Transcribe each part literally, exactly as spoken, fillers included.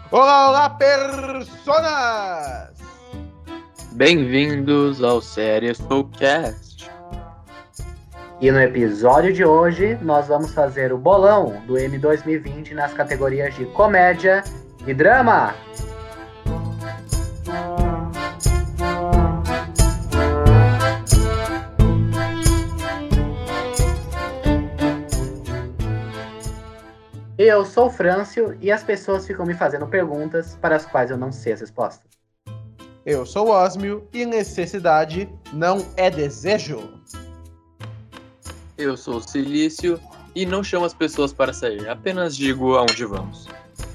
Olá, olá, personas! Bem-vindos ao Série Soulcast. E no episódio de hoje, nós vamos fazer o bolão do M dois mil e vinte nas categorias de comédia e drama. Eu sou o Frâncio e as pessoas ficam me fazendo perguntas para as quais eu não sei as respostas. Eu sou o Osmio e necessidade não é desejo. Eu sou o Silício e não chamo as pessoas para sair, apenas digo aonde vamos.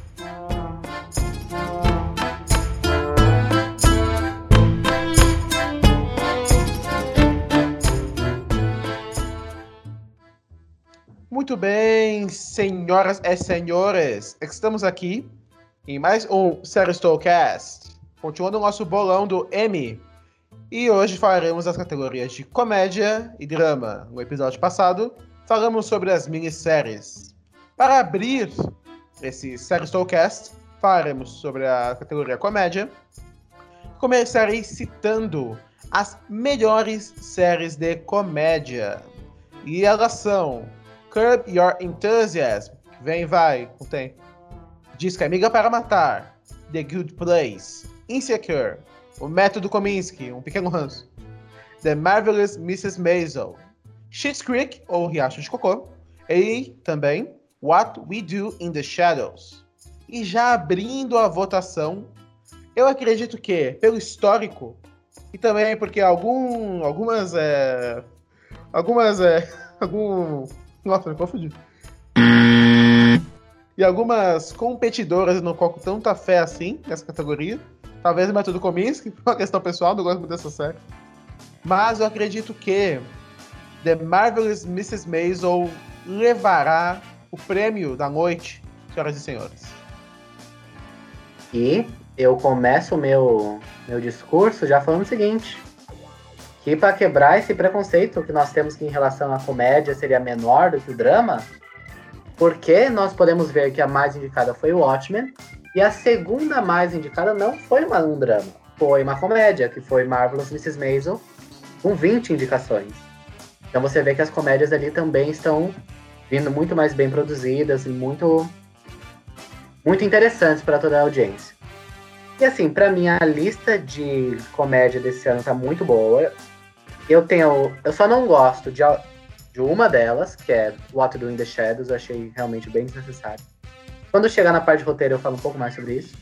Muito bem, senhoras e senhores, estamos aqui em mais um Série Soulcast, continuando o nosso bolão do M. E hoje falaremos das categorias de comédia e drama. No episódio passado, falamos sobre as minisséries. Para abrir esse Série Soulcast, falaremos sobre a categoria comédia. Começarei citando as melhores séries de comédia. E elas são Curb Your Enthusiasm, vem vai, não tem. Disque Amiga para Matar, The Good Place, Insecure, O Método Kominsky, um pequeno ranço, The Marvelous missus Maisel, Schitt's Creek, ou Riacho de Cocô, e também What We Do in the Shadows. E já abrindo a votação, eu acredito que, pelo histórico, e também porque algum, algumas, é, algumas, é, algum... Nossa, me confundi. E algumas competidoras eu não coloco tanta fé assim nessa categoria. Talvez o Método Kominsky, por uma questão pessoal, não gosto muito dessa série. Mas eu acredito que The Marvelous missus Maisel levará o prêmio da noite, senhoras e senhores. E eu começo o meu, meu discurso já falando o seguinte: que para quebrar esse preconceito que nós temos que em relação à comédia seria menor do que o drama, porque nós podemos ver que a mais indicada foi o Watchmen, e a segunda mais indicada não foi uma, um drama, foi uma comédia, que foi Marvelous missus Maisel, com vinte indicações. Então você vê que as comédias ali também estão vindo muito mais bem produzidas e muito, muito interessantes para toda a audiência. E assim, para mim a lista de comédia desse ano tá muito boa. Eu tenho. Eu só não gosto de, de uma delas, que é What We Do in the Shadows, eu achei realmente bem desnecessário. Quando chegar na parte de roteiro eu falo um pouco mais sobre isso.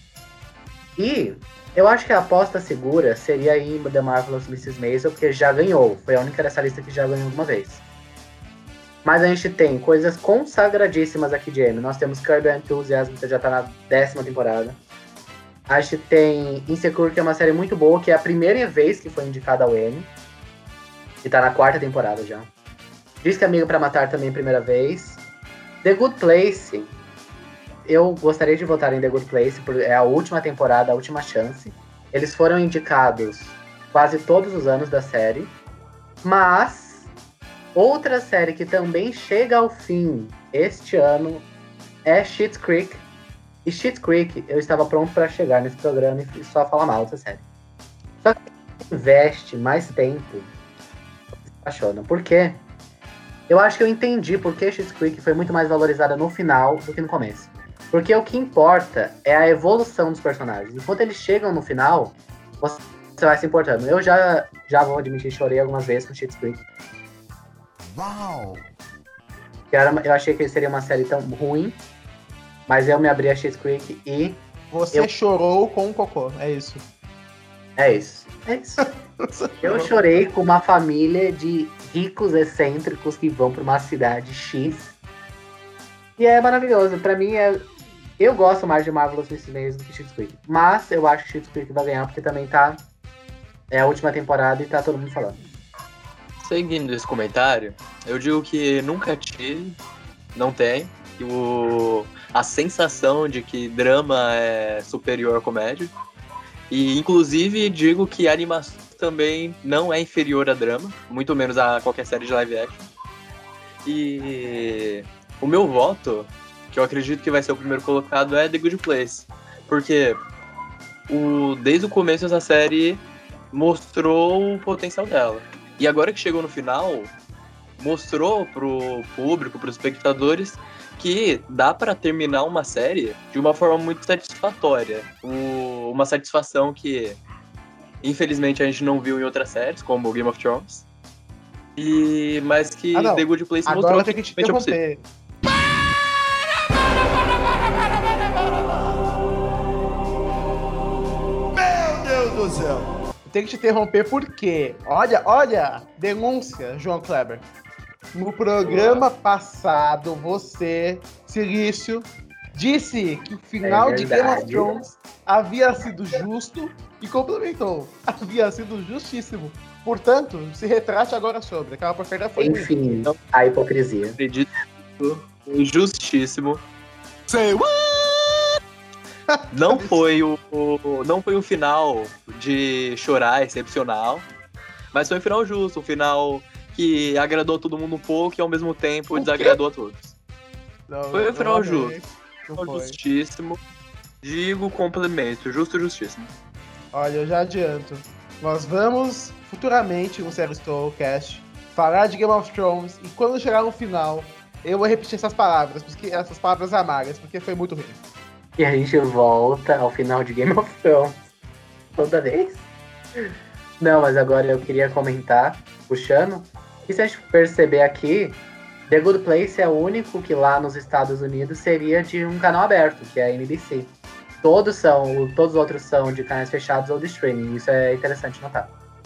E eu acho que a aposta segura seria aí The Marvelous missus Maisel, porque já ganhou. Foi a única dessa lista que já ganhou uma vez. Mas a gente tem coisas consagradíssimas aqui de M. Nós temos Curb Your Enthusiasm, que já tá na décima temporada. A gente tem Insecure, que é uma série muito boa, que é a primeira vez que foi indicada ao Emmy. E tá na quarta temporada já. Disque Amiga para Matar também, primeira vez. The Good Place. Eu gostaria de votar em The Good Place, porque é a última temporada, a última chance. Eles foram indicados quase todos os anos da série. Mas outra série que também chega ao fim este ano é Schitt's Creek. E Schitt's Creek, eu estava pronto para chegar nesse programa e só falar mal dessa série. Só que investe mais tempo. Apaixona. Por quê? Eu acho que eu entendi por que Schitt's Creek foi muito mais valorizada no final do que no começo. Porque o que importa é a evolução dos personagens. Enquanto eles chegam no final, você vai se importando. Eu já, já vou admitir, chorei algumas vezes com Schitt's Creek. Uau! Eu achei que seria uma série tão ruim, mas eu me abri a Schitt's Creek e... Você eu... chorou com o cocô, é isso. É isso. É isso. Eu chorei com uma família de ricos excêntricos que vão para uma cidade X. E é maravilhoso. Pra mim, é... eu gosto mais de Marvelous missus Maisel do que Schitt's Creek. Mas eu acho que Schitt's Creek vai ganhar, porque também tá... é a última temporada e tá todo mundo falando. Seguindo esse comentário, eu digo que nunca tive, não tem, que o... a sensação de que drama é superior à comédia. E, inclusive, digo que a animação também não é inferior a drama, muito menos a qualquer série de live action. E o meu voto, que eu acredito que vai ser o primeiro colocado, é The Good Place. Porque o, desde o começo essa série mostrou o potencial dela. E agora que chegou no final, mostrou pro público, pros espectadores, que dá pra terminar uma série de uma forma muito satisfatória. O, uma satisfação que, infelizmente, a gente não viu em outras séries, como Game of Thrones. E, mas que Ah, não. The Good Place Agora mostrou eu tenho que te realmente é possível. interromper. Meu Deus do céu. Eu tenho que te interromper porque, olha, olha, denúncia, João Kleber. No programa passado, você, Silício, disse que o final É de Game of verdade. Thrones havia sido justo e complementou. Havia sido justíssimo. Portanto, se retrate agora sobre. Aquela porcaria foi ruim. Enfim, a hipocrisia. Acredito que injustíssimo. Say what? Não foi o, o- não foi um final de chorar excepcional, mas foi um final justo, um final que agradou todo mundo um pouco e ao mesmo tempo desagradou a todos. Não, Foi um não, final não, justo. não Final foi. justíssimo. Digo complemento, justo e justíssimo. Olha, eu já adianto. Nós vamos futuramente no Sério Cast falar de Game of Thrones e quando chegar no final, eu vou repetir essas palavras, porque essas palavras amargas, porque foi muito ruim. E a gente volta ao final de Game of Thrones. Toda vez. Não, mas agora eu queria comentar, puxando, que se a gente perceber aqui, The Good Place é o único que lá nos Estados Unidos seria de um canal aberto, que é a N B C. Todos são, todos os outros são de canais fechados ou de streaming. Isso é interessante notar.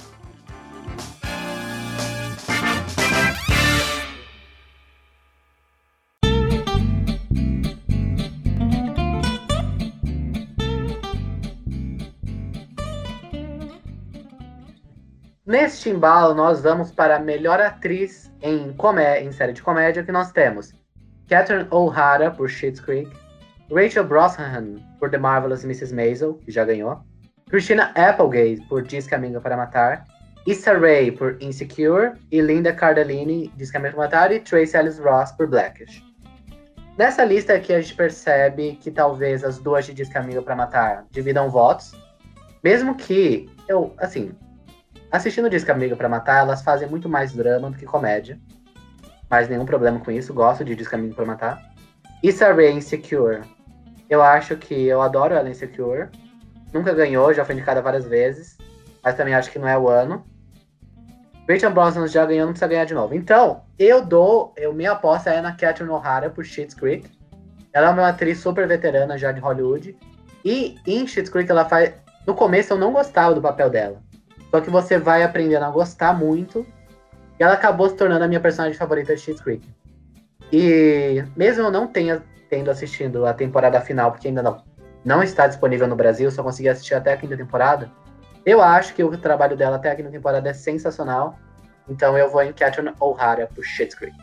Neste embalo, nós vamos para a melhor atriz em, comé- em série de comédia que nós temos Catherine O'Hara, por Schitt's Creek, Rachel Brosnahan, por The Marvelous missus Maisel, que já ganhou, Christina Applegate, por Diz Caminho para Matar, Issa Rae, por Insecure, e Linda Cardellini, Diz Caminho para Matar, e Tracee Ellis Ross, por Blackish. Nessa lista aqui a gente percebe que talvez as duas de Diz Caminho para Matar dividam votos, mesmo que, eu, assim, assistindo Diz Caminho para Matar, elas fazem muito mais drama do que comédia, mas nenhum problema com isso, gosto de Diz Caminho para Matar. Issa Rae, Insecure, eu acho que eu adoro ela Insecure, nunca ganhou, já foi indicada várias vezes, mas também acho que não é o ano. Rachel Brosnahan já ganhou, não precisa ganhar de novo. Então, eu dou, eu, minha aposta é na Catherine O'Hara por Schitt's Creek. Ela é uma atriz super veterana já de Hollywood. E em Schitt's Creek ela faz... No começo eu não gostava do papel dela. Só que você vai aprendendo a gostar muito. E ela acabou se tornando a minha personagem favorita de Schitt's Creek. E mesmo eu não tenha tendo assistido a temporada final, porque ainda não, não está disponível no Brasil, só consegui assistir até a quinta temporada, eu acho que o trabalho dela até a quinta temporada é sensacional. Então eu vou em Catherine O'Hara por Schitt's Creek.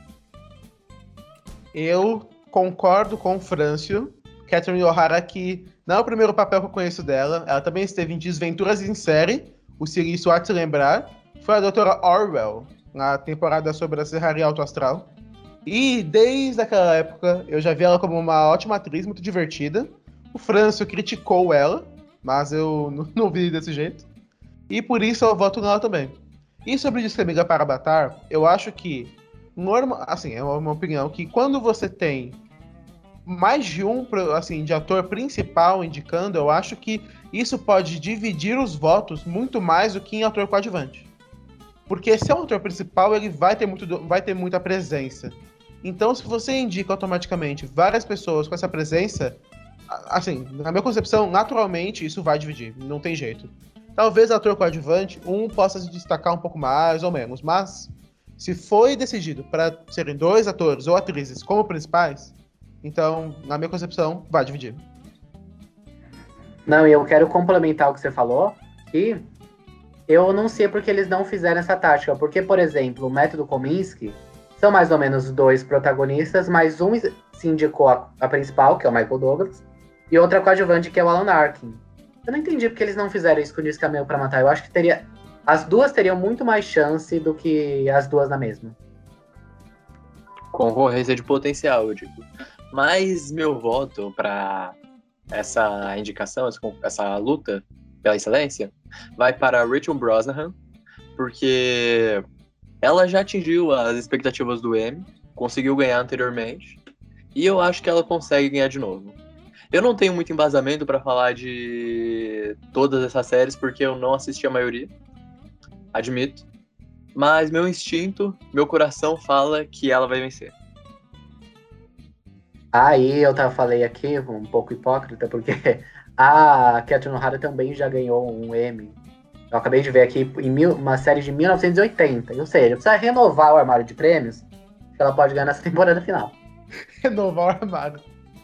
Eu concordo com o Frâncio. Catherine O'Hara, que não é o primeiro papel que eu conheço dela. Ela também esteve em Desventuras em Série, o Silício há de se lembrar. Foi a doutora Orwell, na temporada sobre a Serraria Alto Astral. E desde aquela época, eu já vi ela como uma ótima atriz, muito divertida. O Frâncio criticou ela, mas eu n- não vi desse jeito. E por isso eu voto nela também. E sobre Diz Caminho para Matar, eu acho que, norma, assim, é uma opinião, que quando você tem mais de um pro- assim, de ator principal indicando, eu acho que isso pode dividir os votos muito mais do que em ator coadjuvante. Porque se é um ator principal, ele vai ter, muito, do- vai ter muita presença. Então, se você indica automaticamente várias pessoas com essa presença, a- assim, na minha concepção, naturalmente isso vai dividir, não tem jeito. Talvez ator coadjuvante, um possa se destacar um pouco mais ou menos, mas se foi decidido para serem dois atores ou atrizes como principais, então, na minha concepção, vai dividir. Não, e eu quero complementar o que você falou, que eu não sei porque eles não fizeram essa tática. Porque, por exemplo, o Método Kominsky são mais ou menos dois protagonistas, mas um se indicou a, a principal, que é o Michael Douglas, e outra coadjuvante, que é o Alan Arkin. Eu não entendi porque eles não fizeram isso com o Diz Caminho para Matar. Eu acho que teria, as duas teriam muito mais chance do que as duas na mesma. Concorrência de potencial, eu digo. Mas meu voto pra essa indicação, essa, essa luta pela excelência, vai para Rachel Brosnahan, porque ela já atingiu as expectativas do Emmy, conseguiu ganhar anteriormente, e eu acho que ela consegue ganhar de novo. Eu não tenho muito embasamento para falar de todas essas séries, porque eu não assisti a maioria, admito. Mas meu instinto, meu coração fala que ela vai vencer. Aí eu tava, falei aqui, um pouco hipócrita, porque a Catherine O'Hara também já ganhou um Emmy. Eu acabei de ver aqui em mil, uma série de mil novecentos e oitenta. Ou seja, precisa renovar o armário de prêmios, que ela pode ganhar nessa temporada final. Renovar o armário.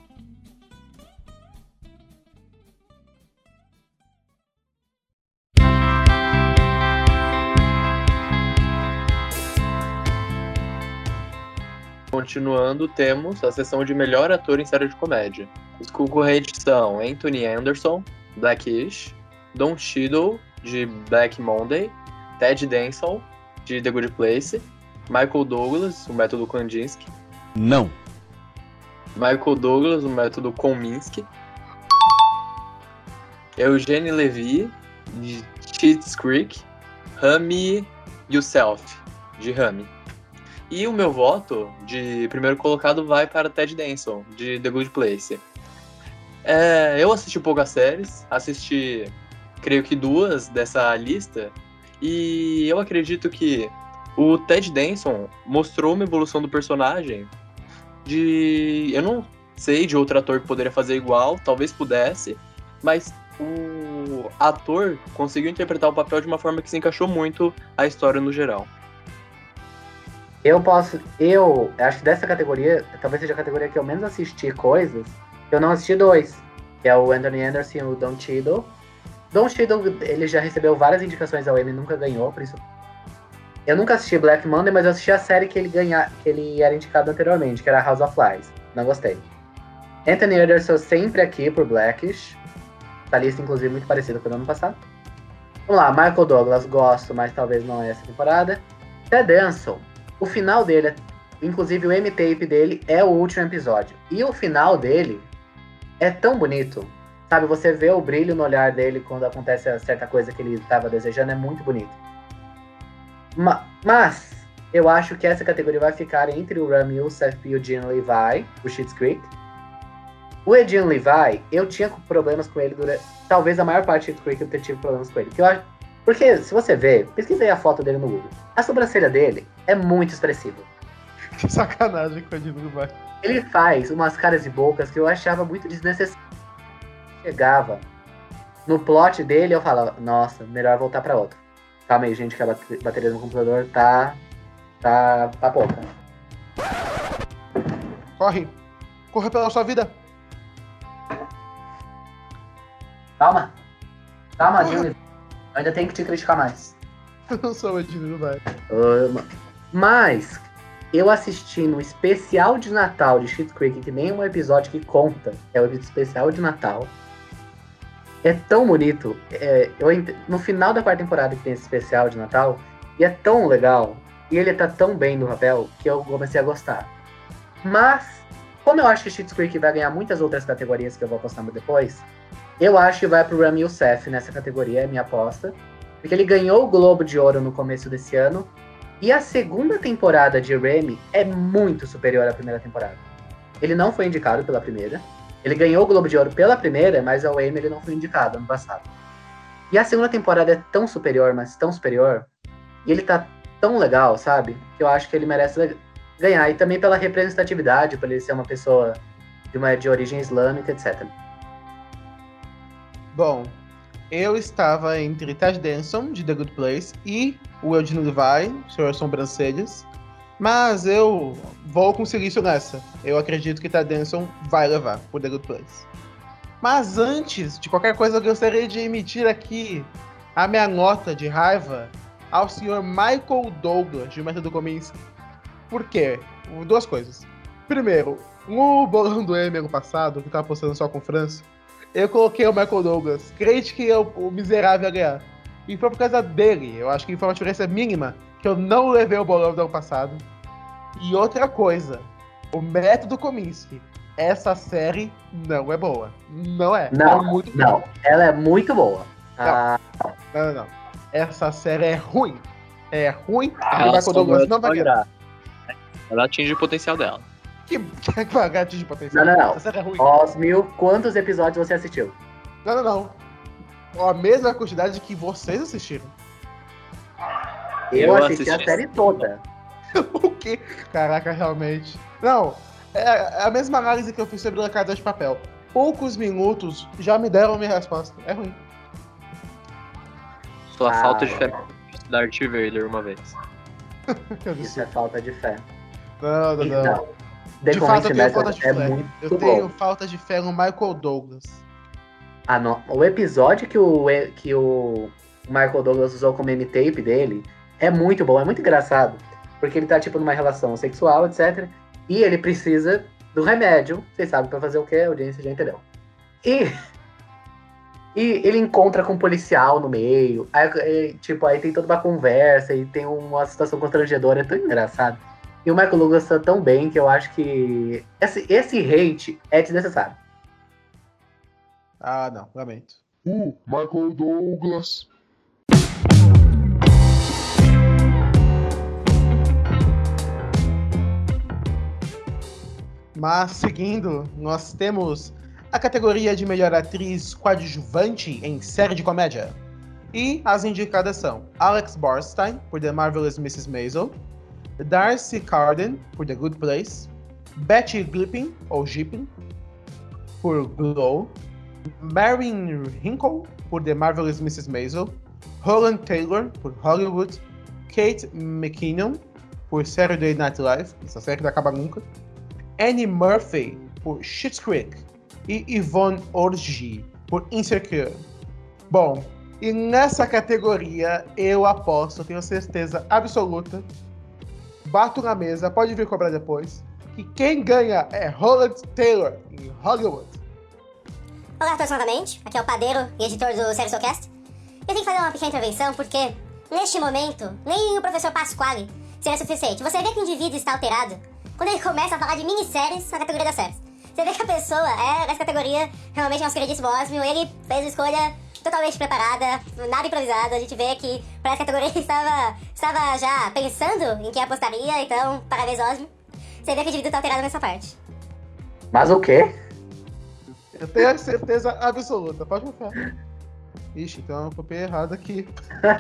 Continuando, temos a sessão de melhor ator em série de comédia. Os concorrentes são Anthony Anderson, Blackish, Don Cheadle, de Black Monday, Ted Danson, de The Good Place, Michael Douglas, o método Kandinsky. Não. Michael Douglas, o método Kominsky. Eugene Levy, de Schitt's Creek. Rami Youssef, de Rami. E o meu voto de primeiro colocado vai para Ted Danson, de The Good Place. É, eu assisti poucas séries, assisti, creio que duas dessa lista, e eu acredito que o Ted Danson mostrou uma evolução do personagem de... Eu não sei de outro ator que poderia fazer igual, talvez pudesse, mas o ator conseguiu interpretar o papel de uma forma que se encaixou muito à história no geral. Eu posso. Eu acho que dessa categoria, talvez seja a categoria que eu menos assisti coisas. Eu não assisti dois, que é o Anthony Anderson e o Don Cheadle. Don Cheadle, ele já recebeu várias indicações ao Emmy, nunca ganhou, por isso. Eu nunca assisti Black Monday, mas eu assisti a série que ele, ganha, que ele era indicado anteriormente, que era House of Lies. Não gostei. Anthony Anderson sempre aqui por Blackish. Essa lista, inclusive, muito parecida com o ano passado. Vamos lá, Michael Douglas, gosto, mas talvez não é essa temporada. Ted Danson. O final dele, inclusive o M-Tape dele, é o último episódio. E o final dele é tão bonito. Sabe, você vê o brilho no olhar dele quando acontece certa coisa que ele estava desejando, é muito bonito. Ma- mas, eu acho que essa categoria vai ficar entre o Rami Youssef e o Eugene Levy, o Schitt's Creek. O Eugene Levy, eu tinha problemas com ele durante... Talvez a maior parte do Schitt's Creek eu tive problemas com ele. Que eu acho... Porque, se você ver, pesquisei a foto dele no Google. A sobrancelha dele é muito expressiva. Que sacanagem com o Eugene Levy. Ele faz umas caras e bocas que eu achava muito desnecessárias. Chegava no plot dele, eu falava, nossa, melhor voltar pra outro. Calma aí, gente, que a bate- bateria do computador tá... tá... tá pouca. Corre. Corre pela sua vida. Calma. Calma, Jimmy. Eu ainda tenho que te criticar mais. Eu não sou o Eugene Levy. Uh, mas eu assisti no especial de Natal de Schitt's Creek, que nem um episódio que conta, é o especial de Natal. É tão bonito. É, eu, ent- no final da quarta temporada que tem esse especial de Natal, e é tão legal, e ele tá tão bem no papel, que eu comecei a gostar. Mas, como eu acho que Schitt's Creek vai ganhar muitas outras categorias que eu vou apostar depois, eu acho que vai pro Rami Youssef nessa categoria, é minha aposta. Porque ele ganhou o Globo de Ouro no começo desse ano. E a segunda temporada de Rami é muito superior à primeira temporada. Ele não foi indicado pela primeira. Ele ganhou o Globo de Ouro pela primeira, mas ao Emmy ele não foi indicado ano passado. E a segunda temporada é tão superior, mas tão superior. E ele tá tão legal, sabe? Que eu acho que ele merece ganhar. E também pela representatividade, por ele ser uma pessoa de, uma, de origem islâmica, etcétera. Bom, eu estava entre Ted Danson, de The Good Place, e o Eugene Levy, senhor Sobrancelhas. Mas eu vou conseguir isso nessa. Eu acredito que Ted Danson vai levar por The Good Place. Mas antes de qualquer coisa, eu gostaria de emitir aqui a minha nota de raiva ao senhor Michael Douglas, de Método Kominsky. Por quê? Duas coisas. Primeiro, no bolão do Emmy ano passado, que eu tava postando só com França, eu coloquei o Michael Douglas, crente que eu, o miserável ia ganhar. E foi por causa dele. Eu acho que foi uma diferença mínima que eu não levei o bolão do ano passado. E outra coisa, o Método Kominsky essa série não é boa. Não é. Não, é muito não. boa. Ela é muito boa. Ah, Não, não, não. Essa série é ruim. É ruim. E Ela o Michael só Douglas não não vai é ganhar. Ela atinge o potencial dela. Que, que bagate de potencial. Não, não, não. Essa série é ruim. Osmio, quantos episódios você assistiu? Não, não, não. A mesma quantidade que vocês assistiram. Eu, Eu assisti, assisti. a série toda. O quê? Caraca, realmente. Não, é a mesma análise que eu fiz sobre a Casa de Papel. Poucos minutos já me deram minha resposta. É ruim. Sua Ah, falta de fé de Darth Vader uma vez. Que absurdo. Isso é falta de fé. Não, não, não. Então, The De fato, eu tenho Convincing falta Method de é fé. muito Eu bom. tenho falta de fé no Michael Douglas. Ah, não. O episódio que o, que o Michael Douglas usou como M-tape dele é muito bom, é muito engraçado. Porque ele tá, tipo, numa relação sexual, etcétera. E ele precisa do remédio. Vocês sabem pra fazer o quê? A audiência já entendeu. E, e ele encontra com um policial no meio. Aí, e, tipo, aí tem toda uma conversa e tem uma situação constrangedora. É tão engraçado. E o Michael Douglas tá tão bem que eu acho que esse, esse hate é desnecessário. Ah, não, lamento. Uh, Michael Douglas. Mas, seguindo, nós temos a categoria de melhor atriz coadjuvante em série de comédia. E as indicadas são Alex Borstein, por The Marvelous missus Maisel, Darcy Carden, por The Good Place, Betty Glippin, ou Gippin, por Glow, Marin Hinkle, por The Marvelous missus Maisel, Holland Taylor, por Hollywood, Kate McKinnon, por Saturday Night Live, essa série que não acaba nunca, Annie Murphy, por Schitt's Creek, e Yvonne Orji, por Insecure. Bom, e nessa categoria eu aposto, tenho certeza absoluta, bato na mesa, pode vir cobrar depois, que quem ganha é Holland Taylor, em Hollywood. Olá a todos novamente, aqui é o padeiro e editor do SerioSoulCast. Eu tenho que fazer uma pequena intervenção porque, neste momento, nem o professor Pasquale seria suficiente. Você vê que o indivíduo está alterado quando ele começa a falar de minisséries na categoria das séries. Você vê que a pessoa é dessa categoria, realmente nosso queridíssimo Osmio, ele fez uma escolha totalmente preparada, nada improvisado. A gente vê que para essa categoria ele estava, estava já pensando em quem apostaria, então, parabéns Osmio. Você vê que o indivíduo está alterado nessa parte. Mas o quê? Eu tenho a certeza absoluta, pode confiar. Ixi, então eu copiei errado aqui.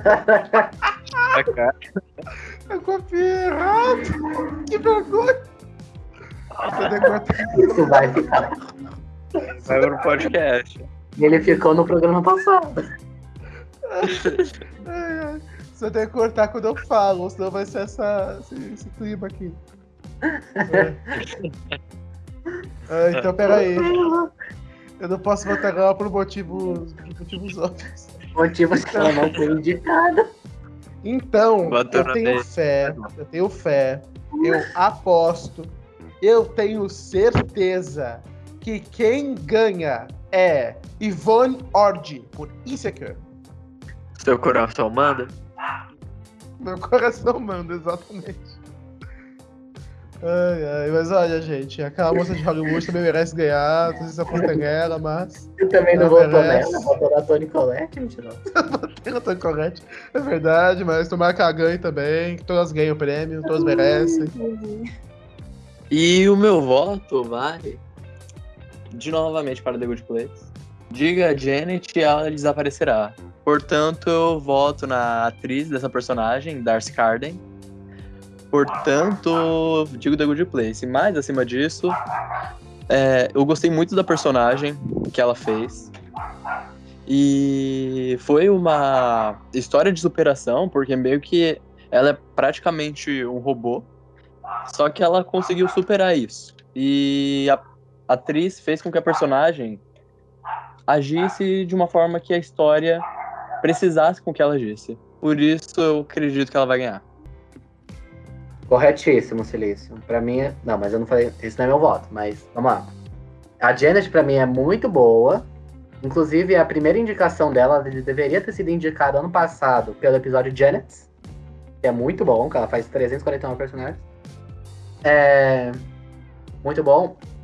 Eu copiei errado! Que vergonha! Você tem que cortar. Isso vai ficar. Vai pro podcast. Ele ficou no programa passado. Ai, ai. Você tem que cortar quando eu falo, senão vai ser essa, esse, esse clima aqui. É. Ah, então, peraí. Eu não posso votar ela por motivos, por motivos óbvios. Motivos que ela não foi indicada. Então, Bateu eu na tenho testa. fé, eu tenho fé, eu aposto, eu tenho certeza que quem ganha é Yvonne Orji, por Insecure. Seu coração manda? Meu coração manda, exatamente. Ai, ai, mas olha, gente, aquela moça de Hollywood também merece ganhar, não sei se aponta nela, mas... Eu também não Ela votou merece. nela, votou na Toni Collette, mentiroso. Eu tô incorreto, é verdade, mas tomara que ela ganhe também, que todas ganhem o prêmio, todas merecem. E o meu voto vai de novamente para The Good Place. Diga a Janet e ela desaparecerá. Portanto, eu voto na atriz dessa personagem, Darcy Carden. Portanto, digo The Good Place. Mas, acima disso, é, eu gostei muito da personagem que ela fez. E foi uma história de superação, porque meio que ela é praticamente um robô. Só que ela conseguiu superar isso. E a atriz fez com que a personagem agisse de uma forma que a história precisasse com que ela agisse. Por isso eu acredito que ela vai ganhar. Corretíssimo, Silício. Pra mim, é- não, mas eu não falei, esse não é meu voto, mas vamos lá. A Janet, pra mim, é muito boa. Inclusive, a primeira indicação dela deveria ter sido indicada ano passado pelo episódio Janet, que é muito bom, que ela faz trezentos e quarenta e nove personagens. É muito bom.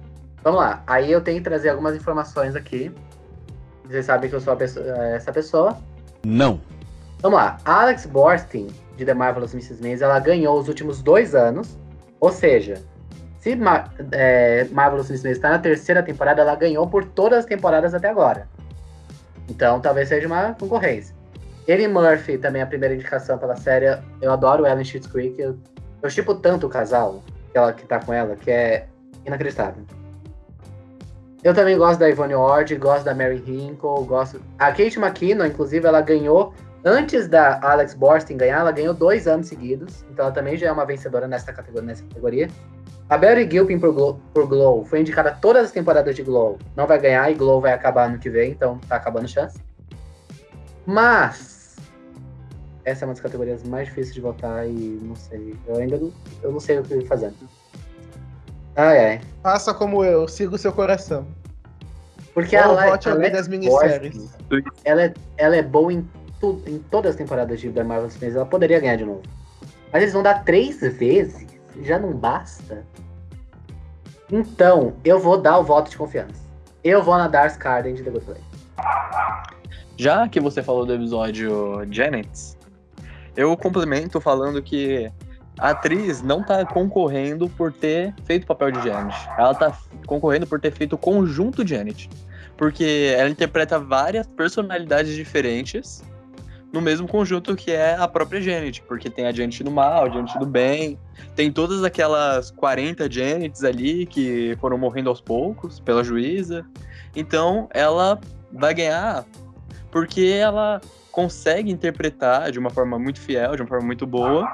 Vamos lá. Aí eu tenho que trazer algumas informações aqui. Vocês sabem que eu sou a pessoa- essa pessoa. Não. Vamos lá. A Alex Borstein, de The Marvelous missus Maisel, ela ganhou os últimos dois anos. Ou seja, se Ma é, Marvelous missus Maisel está na terceira temporada, ela ganhou por todas as temporadas até agora. Então, talvez seja uma concorrência. Eddie Murphy, também a primeira indicação pela série. Eu adoro ela em Schitt's Creek. Eu, eu shippo tanto o casal que, ela, que tá com ela, que é inacreditável. Eu também gosto da Yvonne Orji, gosto da Mary Hinkle, gosto... A Kate McKinnon, inclusive, ela ganhou... Antes da Alex Borstein ganhar, ela ganhou dois anos seguidos. Então ela também já é uma vencedora nessa categoria. Nessa categoria. A Barry Gilpin por Glow, por Glow foi indicada todas as temporadas de Glow. Não vai ganhar e Glow vai acabar ano que vem, então tá acabando a chance. Mas... essa é uma das categorias mais difíceis de votar e não sei. Eu ainda não, eu não sei o que fazer. Ai, ai. Faça como eu, siga o seu coração. Porque Ou ela, vote alguém Alex das minisséries. Borstein, ela, é, ela é boa em, tu, em todas as temporadas de The Marvelous Maisel. Ela poderia ganhar de novo. Mas eles vão dar três vezes? Já não basta? Então, eu vou dar o voto de confiança. Eu vou na Darcy Carden de The Good Place. Já que você falou do episódio Janet, eu complemento falando que a atriz não tá concorrendo por ter feito o papel de Janet. Ela tá concorrendo por ter feito o conjunto Janet. Porque ela interpreta várias personalidades diferentes no mesmo conjunto que é a própria Janet. Porque tem a Janet do mal, a Janet do bem. Tem todas aquelas quarenta Janets ali que foram morrendo aos poucos pela juíza. Então ela vai ganhar porque ela consegue interpretar de uma forma muito fiel, de uma forma muito boa,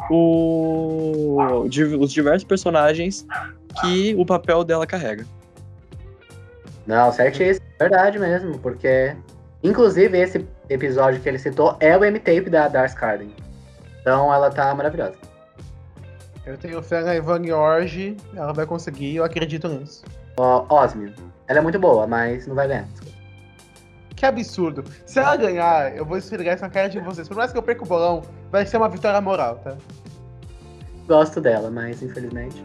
o, os diversos personagens que o papel dela carrega. Não, certíssimo. Verdade mesmo, porque... inclusive, esse episódio que ele citou é o M-Tape da Darcy Carden. Então, ela tá maravilhosa. Eu tenho fé na Yvonne Orji, ela vai conseguir, eu acredito nisso. Ó, Osmio, ela é muito boa, mas não vai ganhar. Que absurdo. Se ela ganhar, eu vou esfregar isso na cara de vocês. Por mais que eu perca o bolão, vai ser uma vitória moral, tá? Gosto dela, mas infelizmente...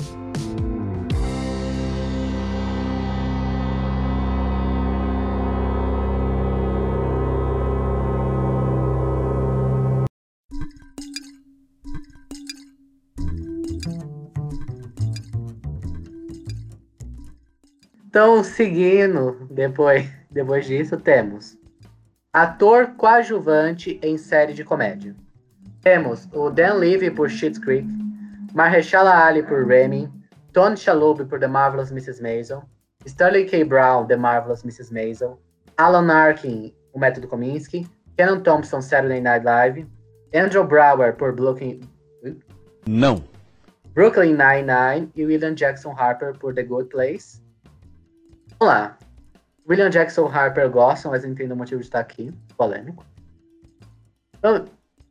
Então, seguindo, depois, depois disso, temos ator coadjuvante em série de comédia. Temos o Dan Levy por Schitt's Creek, Mahershala Ali por Remy, Tony Shalhoub por The Marvelous missus Maisel, Sterling K. Brown, The Marvelous missus Maisel, Alan Arkin, O Método Kominsky, Kenan Thompson, Saturday Night Live, Andrew Brower por Brooklyn, Não. Brooklyn Nine-Nine e William Jackson Harper por The Good Place. Vamos lá. William Jackson Harper gostam, mas não entendo o motivo de estar aqui. Polêmico. Então,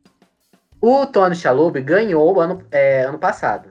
o Tony Shalhoub ganhou ano, é, ano passado.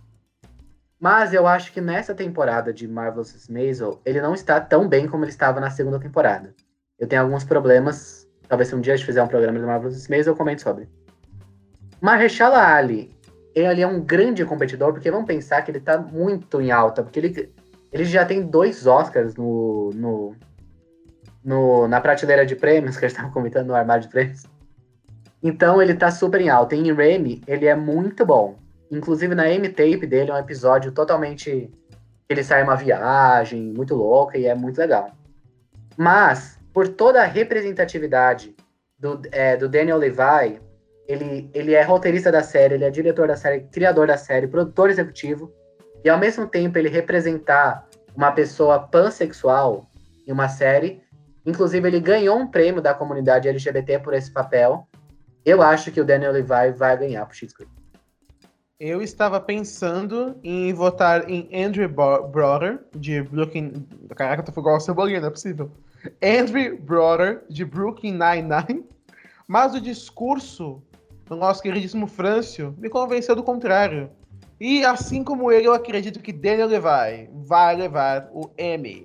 Mas eu acho que nessa temporada de Marvelous missus Maisel, ele não está tão bem como ele estava na segunda temporada. Eu tenho alguns problemas. Talvez se um dia a gente fizer um programa de Marvelous missus Maisel, eu comente sobre. Mahershala Ali, ele é um grande competidor, porque vamos pensar que ele está muito em alta, porque ele... ele já tem dois Oscars no, no, no, na prateleira de prêmios, que a gente estava comentando no armário de prêmios. Então ele tá super em alta. Em Remy, ele é muito bom. Inclusive na M-Tape dele é um episódio totalmente... ele sai uma viagem muito louca e é muito legal. Mas, por toda a representatividade do, é, do Daniel Levy, ele, ele é roteirista da série, ele é diretor da série, criador da série, produtor executivo, e ao mesmo tempo ele representar uma pessoa pansexual em uma série. Inclusive ele ganhou um prêmio da comunidade L G B T por esse papel. Eu acho que o Daniel Levy vai ganhar pro Schitt's Creek. Eu estava pensando em votar em Andrew Broder, de Brooklyn... Caraca, eu tô igual a Cebolinha, não é possível. Andrew Broder, de Brooklyn Nine-Nine. Mas o discurso do nosso queridíssimo Frâncio me convenceu do contrário. E assim como ele, eu acredito que Daniel Levy vai levar o Emmy.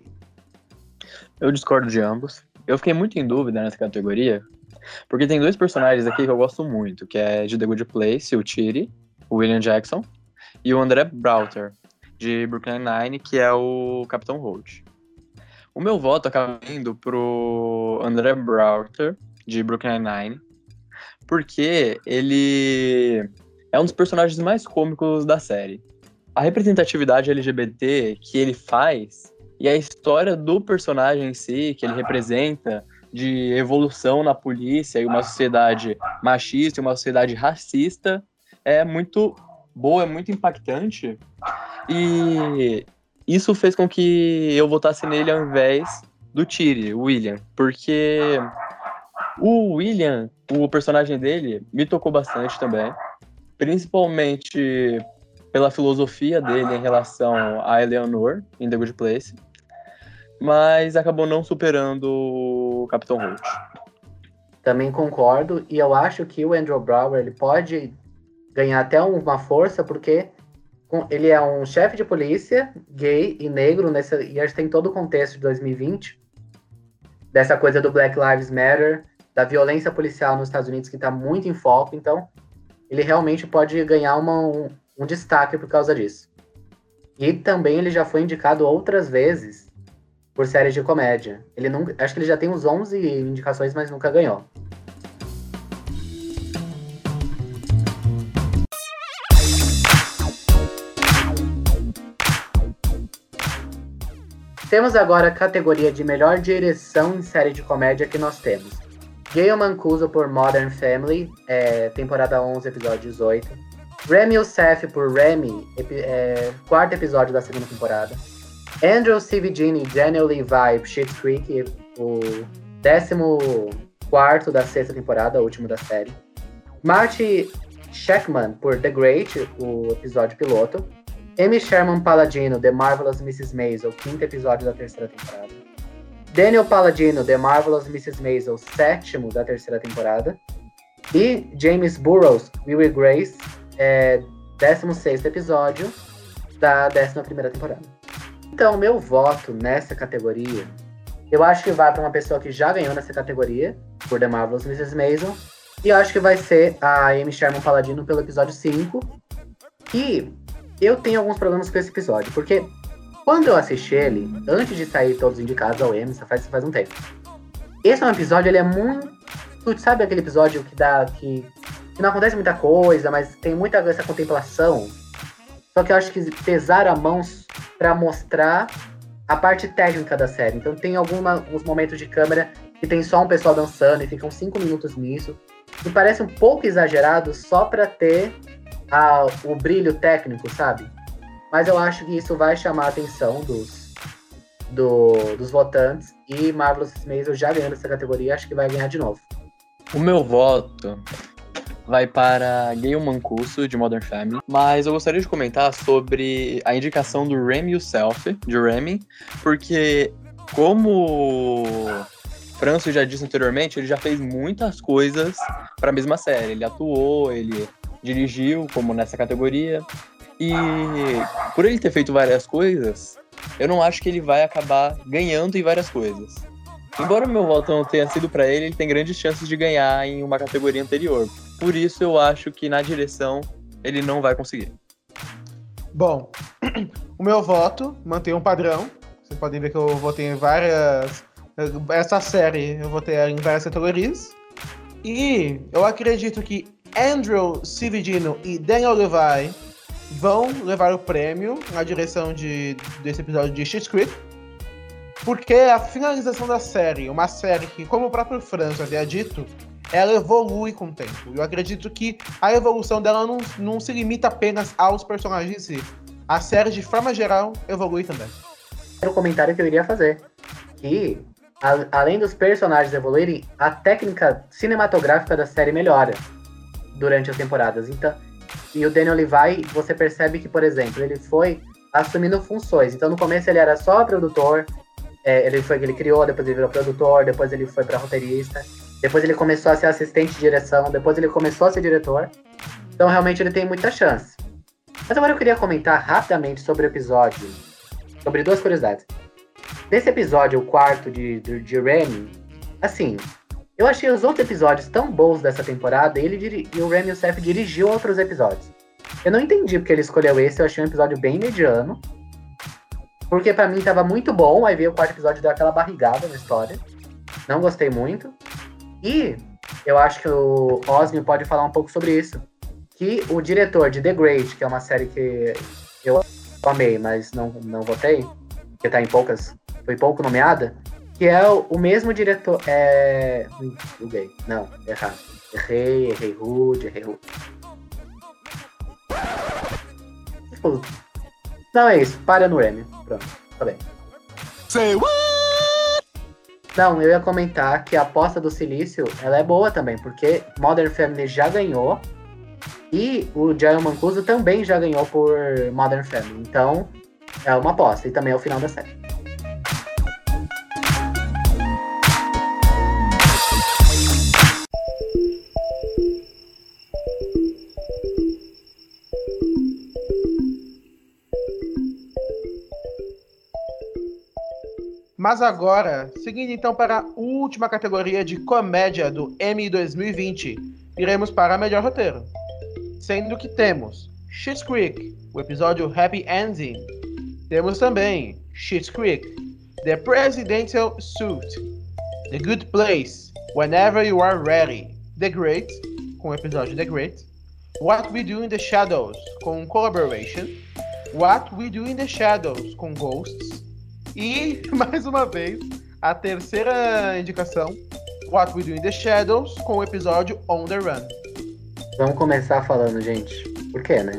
Eu discordo de ambos. Eu fiquei muito em dúvida nessa categoria, porque tem dois personagens aqui que eu gosto muito, que é de The Good Place, o Chidi, o William Jackson, e o André Browder. de Brooklyn Nine-Nine, que é o Capitão Holt. O meu voto acaba indo pro André Browder, de Brooklyn Nine-Nine, porque ele é um dos personagens mais cômicos da série. A representatividade L G B T que ele faz e a história do personagem em si, que ele representa, de evolução na polícia e uma sociedade machista e uma sociedade racista, é muito boa, é muito impactante. E isso fez com que eu votasse nele ao invés do Tyrion, o William, porque o William, o personagem dele, me tocou bastante também, principalmente pela filosofia dele em relação a Eleanor, em The Good Place, mas acabou não superando o Capitão Holt. Também concordo, e eu acho que o Andrew Brower ele pode ganhar até uma força, porque ele é um chefe de polícia, gay e negro, nessa, e a gente tem todo o contexto de dois mil e vinte, dessa coisa do Black Lives Matter, da violência policial nos Estados Unidos, que está muito em foco, então ele realmente pode ganhar uma, um, um destaque por causa disso. E também ele já foi indicado outras vezes por séries de comédia. Ele nunca, acho que ele já tem uns onze indicações, mas nunca ganhou. Temos agora a categoria de melhor direção em série de comédia que nós temos. Gail Mancuso por Modern Family, é, temporada onze, episódio dezoito. Remy Youssef por Remy, epi, é, quarto episódio da segunda temporada. Andrew Civigini e Daniel Levi por Schitt's Creek, o décimo quarto da sexta temporada, o último da série. Marty Sheckman por The Great, o episódio piloto. Amy Sherman Palladino, The Marvelous missus Maisel, quinto episódio da terceira temporada. Daniel Palladino, The Marvelous missus Maisel, sétimo da terceira temporada. E James Burrows, Will e Grace, é, décimo sexto episódio da décima primeira temporada. Então, meu voto nessa categoria, eu acho que vai para uma pessoa que já ganhou nessa categoria, por The Marvelous missus Maisel, e eu acho que vai ser a Amy Sherman Palladino pelo episódio cinco. E eu tenho alguns problemas com esse episódio, porque quando eu assisti ele, antes de sair todos os indicados ao Emmy, isso faz, faz um tempo, esse é um episódio, ele é muito... Sabe aquele episódio que dá... Que, que não acontece muita coisa, mas tem muita essa contemplação? Só que eu acho que pesaram a mão pra mostrar a parte técnica da série. Então tem alguma, alguns momentos de câmera que tem só um pessoal dançando e ficam cinco minutos nisso. E parece um pouco exagerado só pra ter a, o brilho técnico, sabe? Mas eu acho que isso vai chamar a atenção dos, do, dos votantes. E Marvelous missus Maisel já ganhando essa categoria, acho que vai ganhar de novo. O meu voto vai para Gail Mancuso, de Modern Family, mas eu gostaria de comentar sobre a indicação do Remy Youssef, de Remy, porque, como Franço já disse anteriormente, ele já fez muitas coisas para a mesma série. Ele atuou, ele dirigiu, como nessa categoria, e por ele ter feito várias coisas, eu não acho que ele vai acabar ganhando em várias coisas. Embora o meu voto não tenha sido para ele, ele tem grandes chances de ganhar em uma categoria anterior. Por isso eu acho que na direção ele não vai conseguir. Bom, o meu voto mantém um padrão. Vocês podem ver que eu votei em várias... Essa série eu votei em várias categorias. E eu acredito que Andrew Civigino e Daniel Levi vão levar o prêmio na direção de, desse episódio de Schitt's Creek. Porque a finalização da série, uma série que, como o próprio Franço havia dito, ela evolui com o tempo. Eu acredito que a evolução dela não, não se limita apenas aos personagens em si. A série, de forma geral, evolui também. Era o comentário que eu iria fazer. Que, a, além dos personagens evoluírem, a técnica cinematográfica da série melhora durante as temporadas. Então, e o Daniel Levi, você percebe que, por exemplo, ele foi assumindo funções. Então, no começo ele era só produtor, é, ele foi ele criou, depois ele virou produtor, depois ele foi para roteirista, depois ele começou a ser assistente de direção, depois ele começou a ser diretor. Então, realmente, ele tem muita chance. Mas agora eu queria comentar rapidamente sobre o episódio, sobre duas curiosidades. Nesse episódio, o quarto de, de, de Remy, assim, eu achei os outros episódios tão bons dessa temporada, e, ele, e o Remy Youssef dirigiu outros episódios. Eu não entendi porque ele escolheu esse, eu achei um episódio bem mediano. Porque pra mim tava muito bom, aí veio o quarto episódio e deu aquela barrigada na história. Não gostei muito. E eu acho que o Osmi pode falar um pouco sobre isso. Que o diretor de The Great, que é uma série que eu amei, mas não, não votei, que tá em poucas, foi pouco nomeada, que é o, o mesmo diretor. É. Buguei. Não, errado. Errei, errei rude, errei rude. Tipo, não é isso, para no Emmy. Pronto, tá bem. Say what? Não, eu ia comentar que a aposta do Silício, ela é boa também, porque Modern Family já ganhou e o Giant Mancuso também já ganhou por Modern Family. Então, é uma aposta e também é o final da série. Mas agora, seguindo então para a última categoria de comédia do Emmy dois mil e vinte, iremos para melhor roteiro. Sendo que temos Schitt's Creek, o episódio Happy Ending. Temos também Schitt's Creek, The Presidential Suit, The Good Place, Whenever You Are Ready, The Great, com o episódio The Great, What We Do in the Shadows, com Collaboration, What We Do in the Shadows, com Ghosts, e, mais uma vez, a terceira indicação, What We Do in the Shadows, com o episódio On the Run. Vamos começar falando, gente. Por quê, né?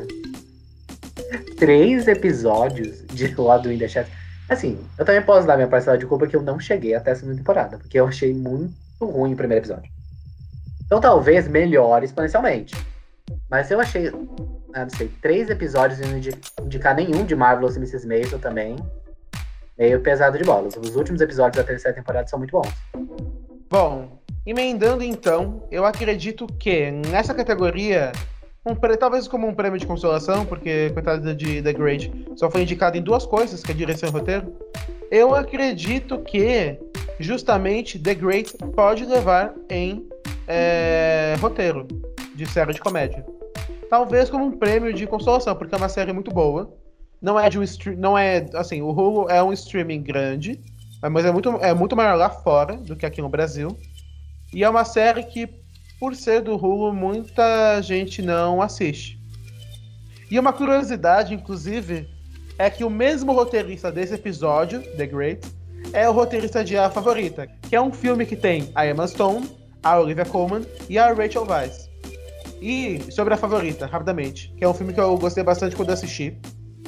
Três episódios de What We Do in the Shadows. Assim, eu também posso dar minha parcela de culpa que eu não cheguei até a segunda temporada, porque eu achei muito ruim o primeiro episódio. Então talvez melhore exponencialmente. Mas eu achei, ah, não sei, três episódios e não indicar nenhum de Marvelous missus Maisel também. Meio pesado de bolas. Os últimos episódios da terceira temporada são muito bons. Bom, emendando então, eu acredito que nessa categoria, um, talvez como um prêmio de consolação, porque coitada de The Great só foi indicado em duas coisas, que é direção e roteiro, eu acredito que justamente The Great pode levar em é, roteiro de série de comédia. Talvez como um prêmio de consolação, porque é uma série muito boa. Não é de um stream, não é assim, o Hulu é um streaming grande, mas é muito, é muito maior lá fora do que aqui no Brasil. E é uma série que, por ser do Hulu, muita gente não assiste. E uma curiosidade, inclusive, é que o mesmo roteirista desse episódio, The Great, é o roteirista de A Favorita, que é um filme que tem a Emma Stone, a Olivia Colman e a Rachel Weisz. E sobre A Favorita, rapidamente, que é um filme que eu gostei bastante quando eu assisti.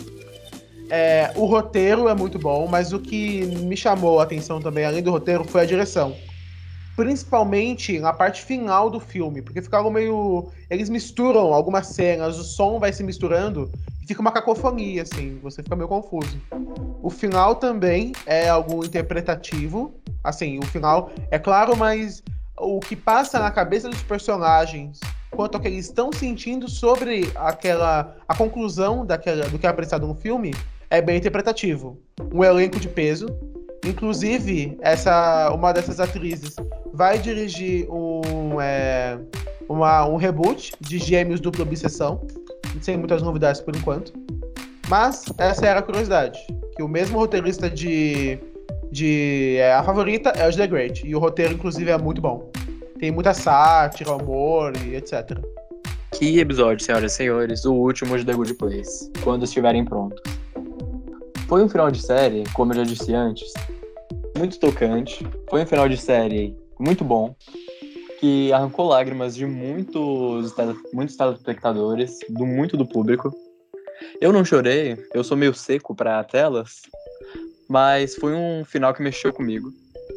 É, o roteiro é muito bom, mas o que me chamou a atenção também, além do roteiro, foi a direção. Principalmente na parte final do filme, porque fica algo meio... Eles misturam algumas cenas, o som vai se misturando e fica uma cacofonia, assim, você fica meio confuso. O final também é algo interpretativo, assim, o final é claro, mas o que passa na cabeça dos personagens quanto ao que eles estão sentindo sobre aquela, a conclusão daquela, do que é apresentado no filme é bem interpretativo. Um elenco de peso. Inclusive, essa, uma dessas atrizes vai dirigir um, é, uma, um reboot de Gêmeos Dupla Obsessão. Sem muitas novidades por enquanto. Mas essa era a curiosidade. Que o mesmo roteirista de, de é, A Favorita é o de The Great. E o roteiro, inclusive, é muito bom. Tem muita sátira, humor e etcétera. Que episódio, senhoras e senhores, o último de The Good Place, quando estiverem prontos. Foi um final de série, como eu já disse antes, muito tocante. Foi um final de série muito bom, que arrancou lágrimas de muitos, muitos telespectadores, do muito do público. Eu não chorei, eu sou meio seco para telas, mas foi um final que mexeu comigo.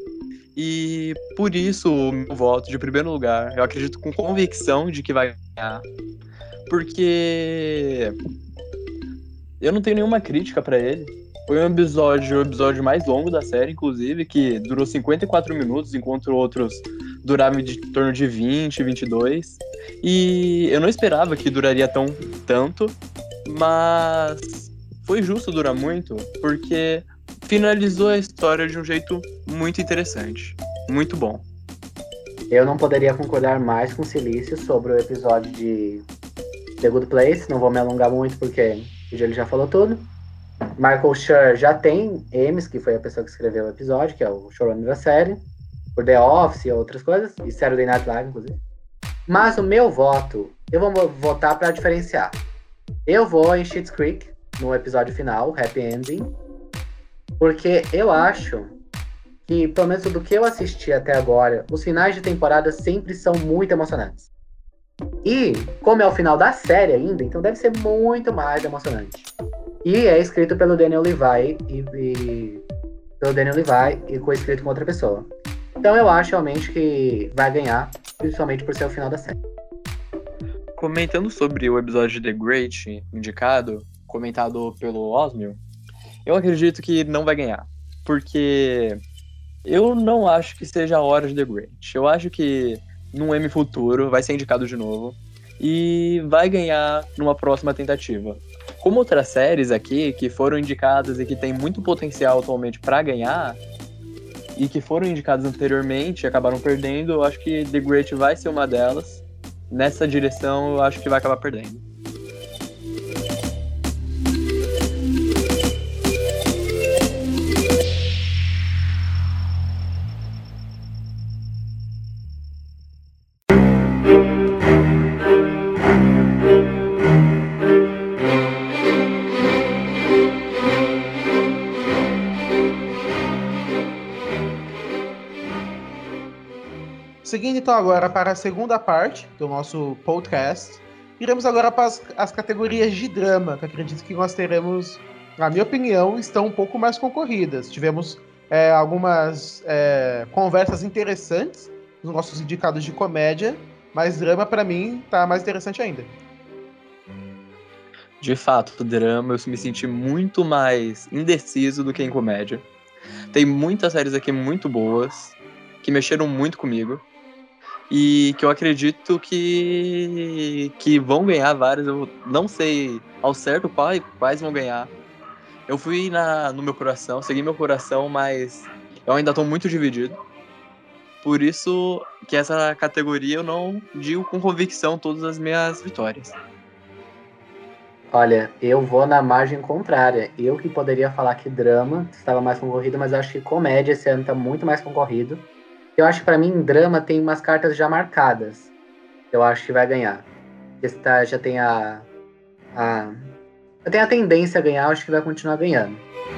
E por isso o meu voto de primeiro lugar, eu acredito com convicção de que vai ganhar, porque eu não tenho nenhuma crítica pra ele. Foi um episódio, o episódio mais longo da série, inclusive, que durou cinquenta e quatro minutos, enquanto outros duravam de torno de vinte, vinte e dois. E eu não esperava que duraria tão tanto, mas foi justo durar muito, porque finalizou a história de um jeito muito interessante, muito bom. Eu não poderia concordar mais com o Silício sobre o episódio de The Good Place, não vou me alongar muito porque ele já falou tudo. Michael Schur já tem Emmys, que foi a pessoa que escreveu o episódio, que é o showrunner da série, por The Office e outras coisas, e Saturday Night Live, inclusive. Mas o meu voto, eu vou votar para diferenciar. Eu vou em Schitt's Creek, no episódio final, Happy Ending, porque eu acho que, pelo menos do que eu assisti até agora, os finais de temporada sempre são muito emocionantes. E, como é o final da série ainda, então deve ser muito mais emocionante. E é escrito pelo Daniel Levi e, e pelo Daniel Levi e co-escrito com outra pessoa. Então eu acho realmente que vai ganhar, principalmente por ser o final da série. Comentando sobre o episódio de The Great, indicado, comentado pelo Osmio, eu acredito que não vai ganhar. Porque eu não acho que seja a hora de The Great. Eu acho que num Emmy futuro vai ser indicado de novo e vai ganhar numa próxima tentativa. Como outras séries aqui que foram indicadas e que tem muito potencial atualmente para ganhar e que foram indicadas anteriormente e acabaram perdendo, eu acho que The Great vai ser uma delas. Nessa direção, eu acho que vai acabar perdendo. Seguindo então agora para a segunda parte do nosso podcast, iremos agora para as, as categorias de drama, que acredito que nós teremos, na minha opinião, estão um pouco mais concorridas. Tivemos é, algumas é, conversas interessantes nos nossos indicados de comédia, mas drama para mim tá mais interessante ainda. De fato, drama, eu me senti muito mais indeciso do que em comédia. Tem muitas séries aqui muito boas, que mexeram muito comigo. E que eu acredito que, que vão ganhar várias. Eu não sei ao certo quais, quais vão ganhar. Eu fui na, no meu coração, segui meu coração, mas eu ainda estou muito dividido. Por isso que essa categoria eu não digo com convicção todas as minhas vitórias. Olha, eu vou na margem contrária. Eu que poderia falar que drama estava mais concorrido, mas acho que comédia esse ano está muito mais concorrido. Eu acho que pra mim, drama tem umas cartas já marcadas. Eu acho que vai ganhar. Esse tá, já tem a, a... Já tem a tendência a ganhar, eu acho que vai continuar ganhando.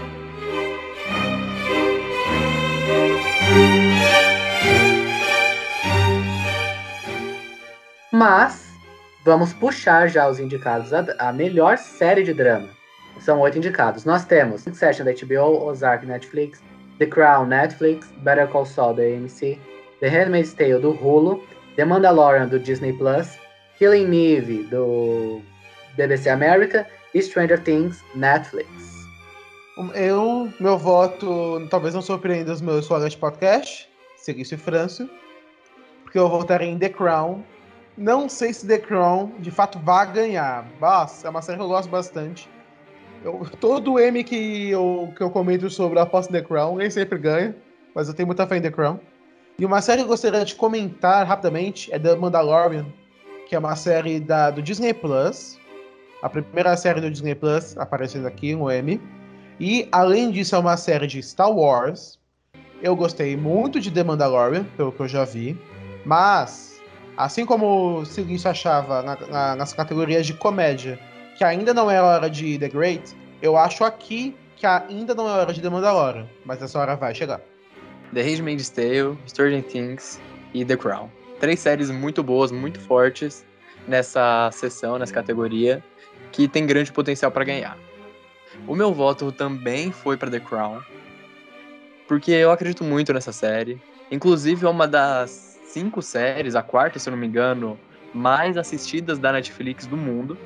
Mas, vamos puxar já os indicados a, a melhor série de drama. São oito indicados. Nós temos Succession da H B O, Ozark Netflix, The Crown Netflix, Better Call Saul da A M C, The Handmaid's Tale do Hulu, The Mandalorian do Disney Plus, Killing Eve do B B C America e Stranger Things Netflix. Eu, meu voto, talvez não surpreenda os meus colegas de podcast, Seguício e Franço, porque eu votarei em The Crown. Não sei se The Crown de fato vai ganhar. Nossa, é uma série que eu gosto bastante. Eu, todo Emmy que eu, que eu comento sobre a aposta The Crown, nem sempre ganha, mas eu tenho muita fé em The Crown. E uma série que eu gostaria de comentar rapidamente é The Mandalorian, que é uma série da, do Disney Plus, a primeira série do Disney Plus aparecendo aqui no Emmy. E, além disso, é uma série de Star Wars. Eu gostei muito de The Mandalorian, pelo que eu já vi, mas, assim como o Silvio achava na, na, nas categorias de comédia, que ainda não é hora de The Great, eu acho aqui que ainda não é hora de The Mandalorian, mas essa hora vai chegar. The Handmaid's Tale, Stranger Things e The Crown. Três séries muito boas, muito fortes nessa sessão, nessa categoria, que tem grande potencial para ganhar. O meu voto também foi para The Crown, porque eu acredito muito nessa série. Inclusive, é uma das cinco séries, a quarta, se eu não me engano, mais assistidas da Netflix do mundo.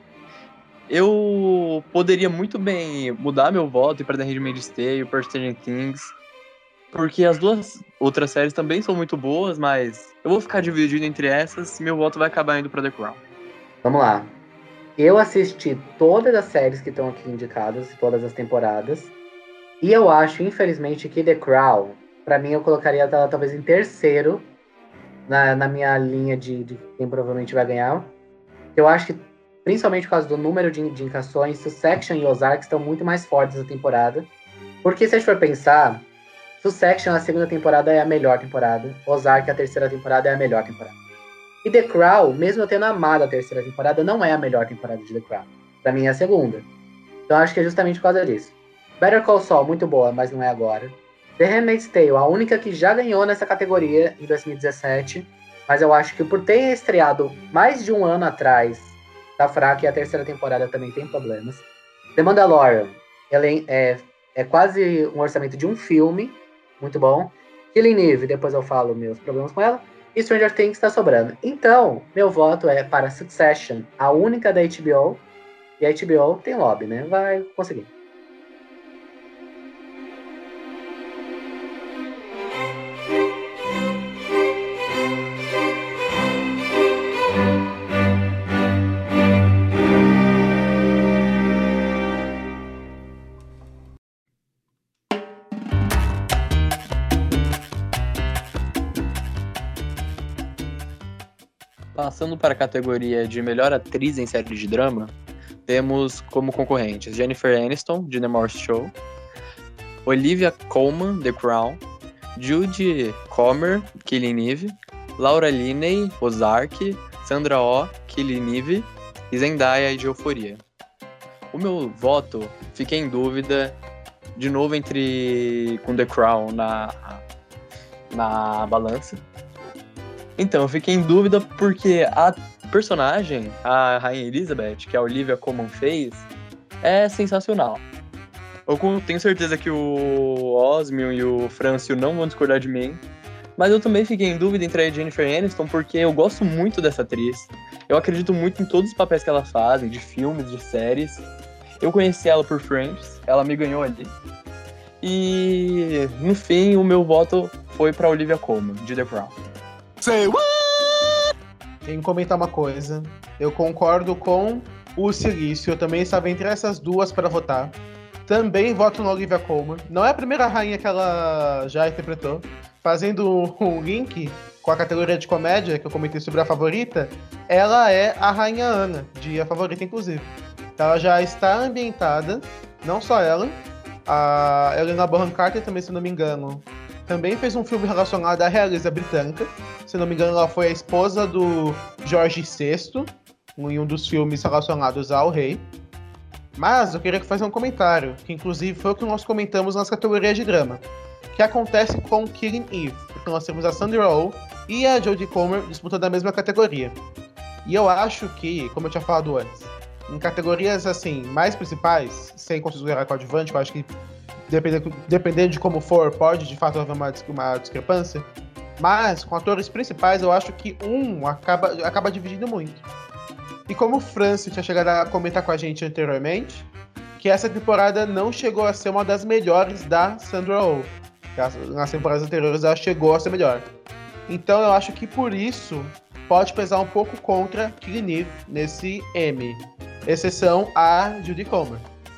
Eu poderia muito bem mudar meu voto e para The Handmaid's Tale, para Stranger Things, porque as duas outras séries também são muito boas, mas eu vou ficar dividido entre essas e meu voto vai acabar indo para The Crown. Vamos lá. Eu assisti todas as séries que estão aqui indicadas, todas as temporadas, e eu acho, infelizmente, que The Crown, pra mim, eu colocaria ela talvez em terceiro na, na minha linha de, de quem provavelmente vai ganhar. Eu acho que principalmente por causa do número de, de indicações, Succession e Ozark estão muito mais fortes essa temporada. Porque se a gente for pensar, Succession, a segunda temporada é a melhor temporada, Ozark, a terceira temporada, é a melhor temporada. E The Crown, mesmo eu tendo amado a terceira temporada, não é a melhor temporada de The Crown. Pra mim é a segunda. Então acho que é justamente por causa disso. Better Call Saul, muito boa, mas não é agora. The Handmaid's Tale, a única que já ganhou nessa categoria em dois mil e dezessete, mas eu acho que por ter estreado mais de um ano atrás, tá fraca, e a terceira temporada também tem problemas. The Mandalorian, ela é, é, é quase um orçamento de um filme, muito bom. Killing Eve, depois eu falo meus problemas com ela. E Stranger Things está sobrando. Então, meu voto é para Succession, a única da H B O. E a H B O tem lobby, né? Vai conseguir. Passando para a categoria de melhor atriz em série de drama, temos como concorrentes Jennifer Aniston, de The Morse Show, Olivia Colman, The Crown, Judy Comer, Killing Eve, Laura Linney, Ozark, Sandra Oh, Killing Eve e Zendaya, de Euphoria. O meu voto, fiquei em dúvida, de novo entre com The Crown na, na balança. Então, eu fiquei em dúvida porque a personagem, a Rainha Elizabeth, que a Olivia Colman fez, é sensacional. Eu tenho certeza que o Osmio e o Francio não vão discordar de mim, mas eu também fiquei em dúvida entre a Jennifer Aniston porque eu gosto muito dessa atriz. Eu acredito muito em todos os papéis que ela faz, de filmes, de séries. Eu conheci ela por Friends, ela me ganhou ali. E, no fim, o meu voto foi pra Olivia Colman, de The Crown. Say what? Tem que comentar uma coisa. Eu concordo com o Silício. Eu também estava entre essas duas para votar. Também voto na Olivia Colman. Não é a primeira rainha que ela já interpretou. Fazendo um link com a categoria de comédia que eu comentei sobre a favorita, ela é a Rainha Ana, de A Favorita, inclusive. Ela já está ambientada, não só ela, a Helena Bonham Carter também, se não me engano, também fez um filme relacionado à realeza britânica. Se não me engano, ela foi a esposa do Jorge sexto, em um dos filmes relacionados ao rei. Mas eu queria fazer um comentário, que inclusive foi o que nós comentamos nas categorias de drama, que acontece com Killing Eve, porque nós temos a Sandra Oh e a Jodie Comer disputando a mesma categoria. E eu acho que, como eu tinha falado antes, em categorias assim mais principais, sem considerar coadjuvante, eu acho que Dependendo, dependendo de como for, pode de fato haver uma, uma discrepância. Mas com atores principais, eu acho que um acaba, acaba dividindo muito. E como o Francis tinha chegado a comentar com a gente anteriormente, que essa temporada não chegou a ser uma das melhores da Sandra Oh. Nas temporadas anteriores ela chegou a ser melhor. Então eu acho que por isso pode pesar um pouco contra Killing Eve nesse M. Exceção a Jodie Comer.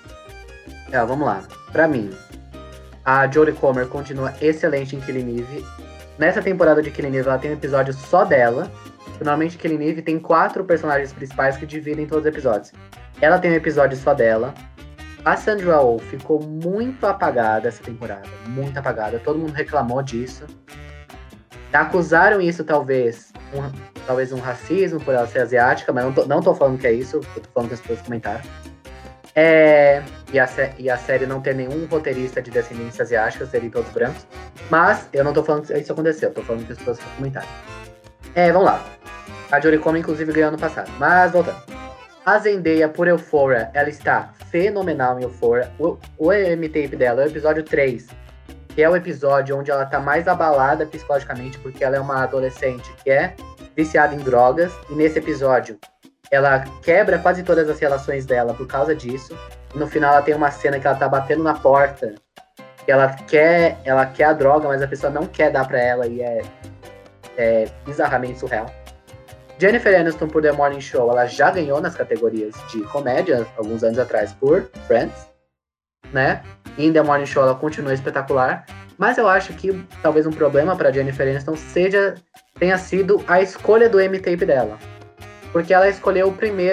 É, vamos lá. Pra mim, a Jodie Comer continua excelente em Killing Eve. Nessa temporada de Killing Eve, ela tem um episódio só dela. Normalmente, Killing Eve tem quatro personagens principais que dividem todos os episódios. Ela tem um episódio só dela. A Sandra Oh ficou muito apagada essa temporada. Muito apagada. Todo mundo reclamou disso. Acusaram isso, talvez, um, talvez um racismo por ela ser asiática, mas não tô, não tô falando que é isso. Tô falando que as pessoas comentaram. É, e, a, e a série não ter nenhum roteirista de descendência asiática, serem todos brancos. Mas eu não tô falando que isso aconteceu, tô falando que as pessoas comentaram. É, vamos lá. A Jodie Comer, inclusive, ganhou ano passado. Mas, voltando. A Zendaya, por Euphoria, ela está fenomenal em Euphoria. O, o M-Tape dela é o episódio três, que é o episódio onde ela tá mais abalada psicologicamente, porque ela é uma adolescente que é viciada em drogas. E nesse episódio, ela quebra quase todas as relações dela por causa disso. E no final ela tem uma cena que ela tá batendo na porta. Que ela quer, ela quer a droga, mas a pessoa não quer dar pra ela. E é, é bizarramente surreal. Jennifer Aniston por The Morning Show, ela já ganhou nas categorias de comédia, alguns anos atrás, por Friends, né? E em The Morning Show ela continua espetacular. Mas eu acho que talvez um problema pra Jennifer Aniston seja, tenha sido a escolha do M-Tape dela. Porque ela escolheu primeiro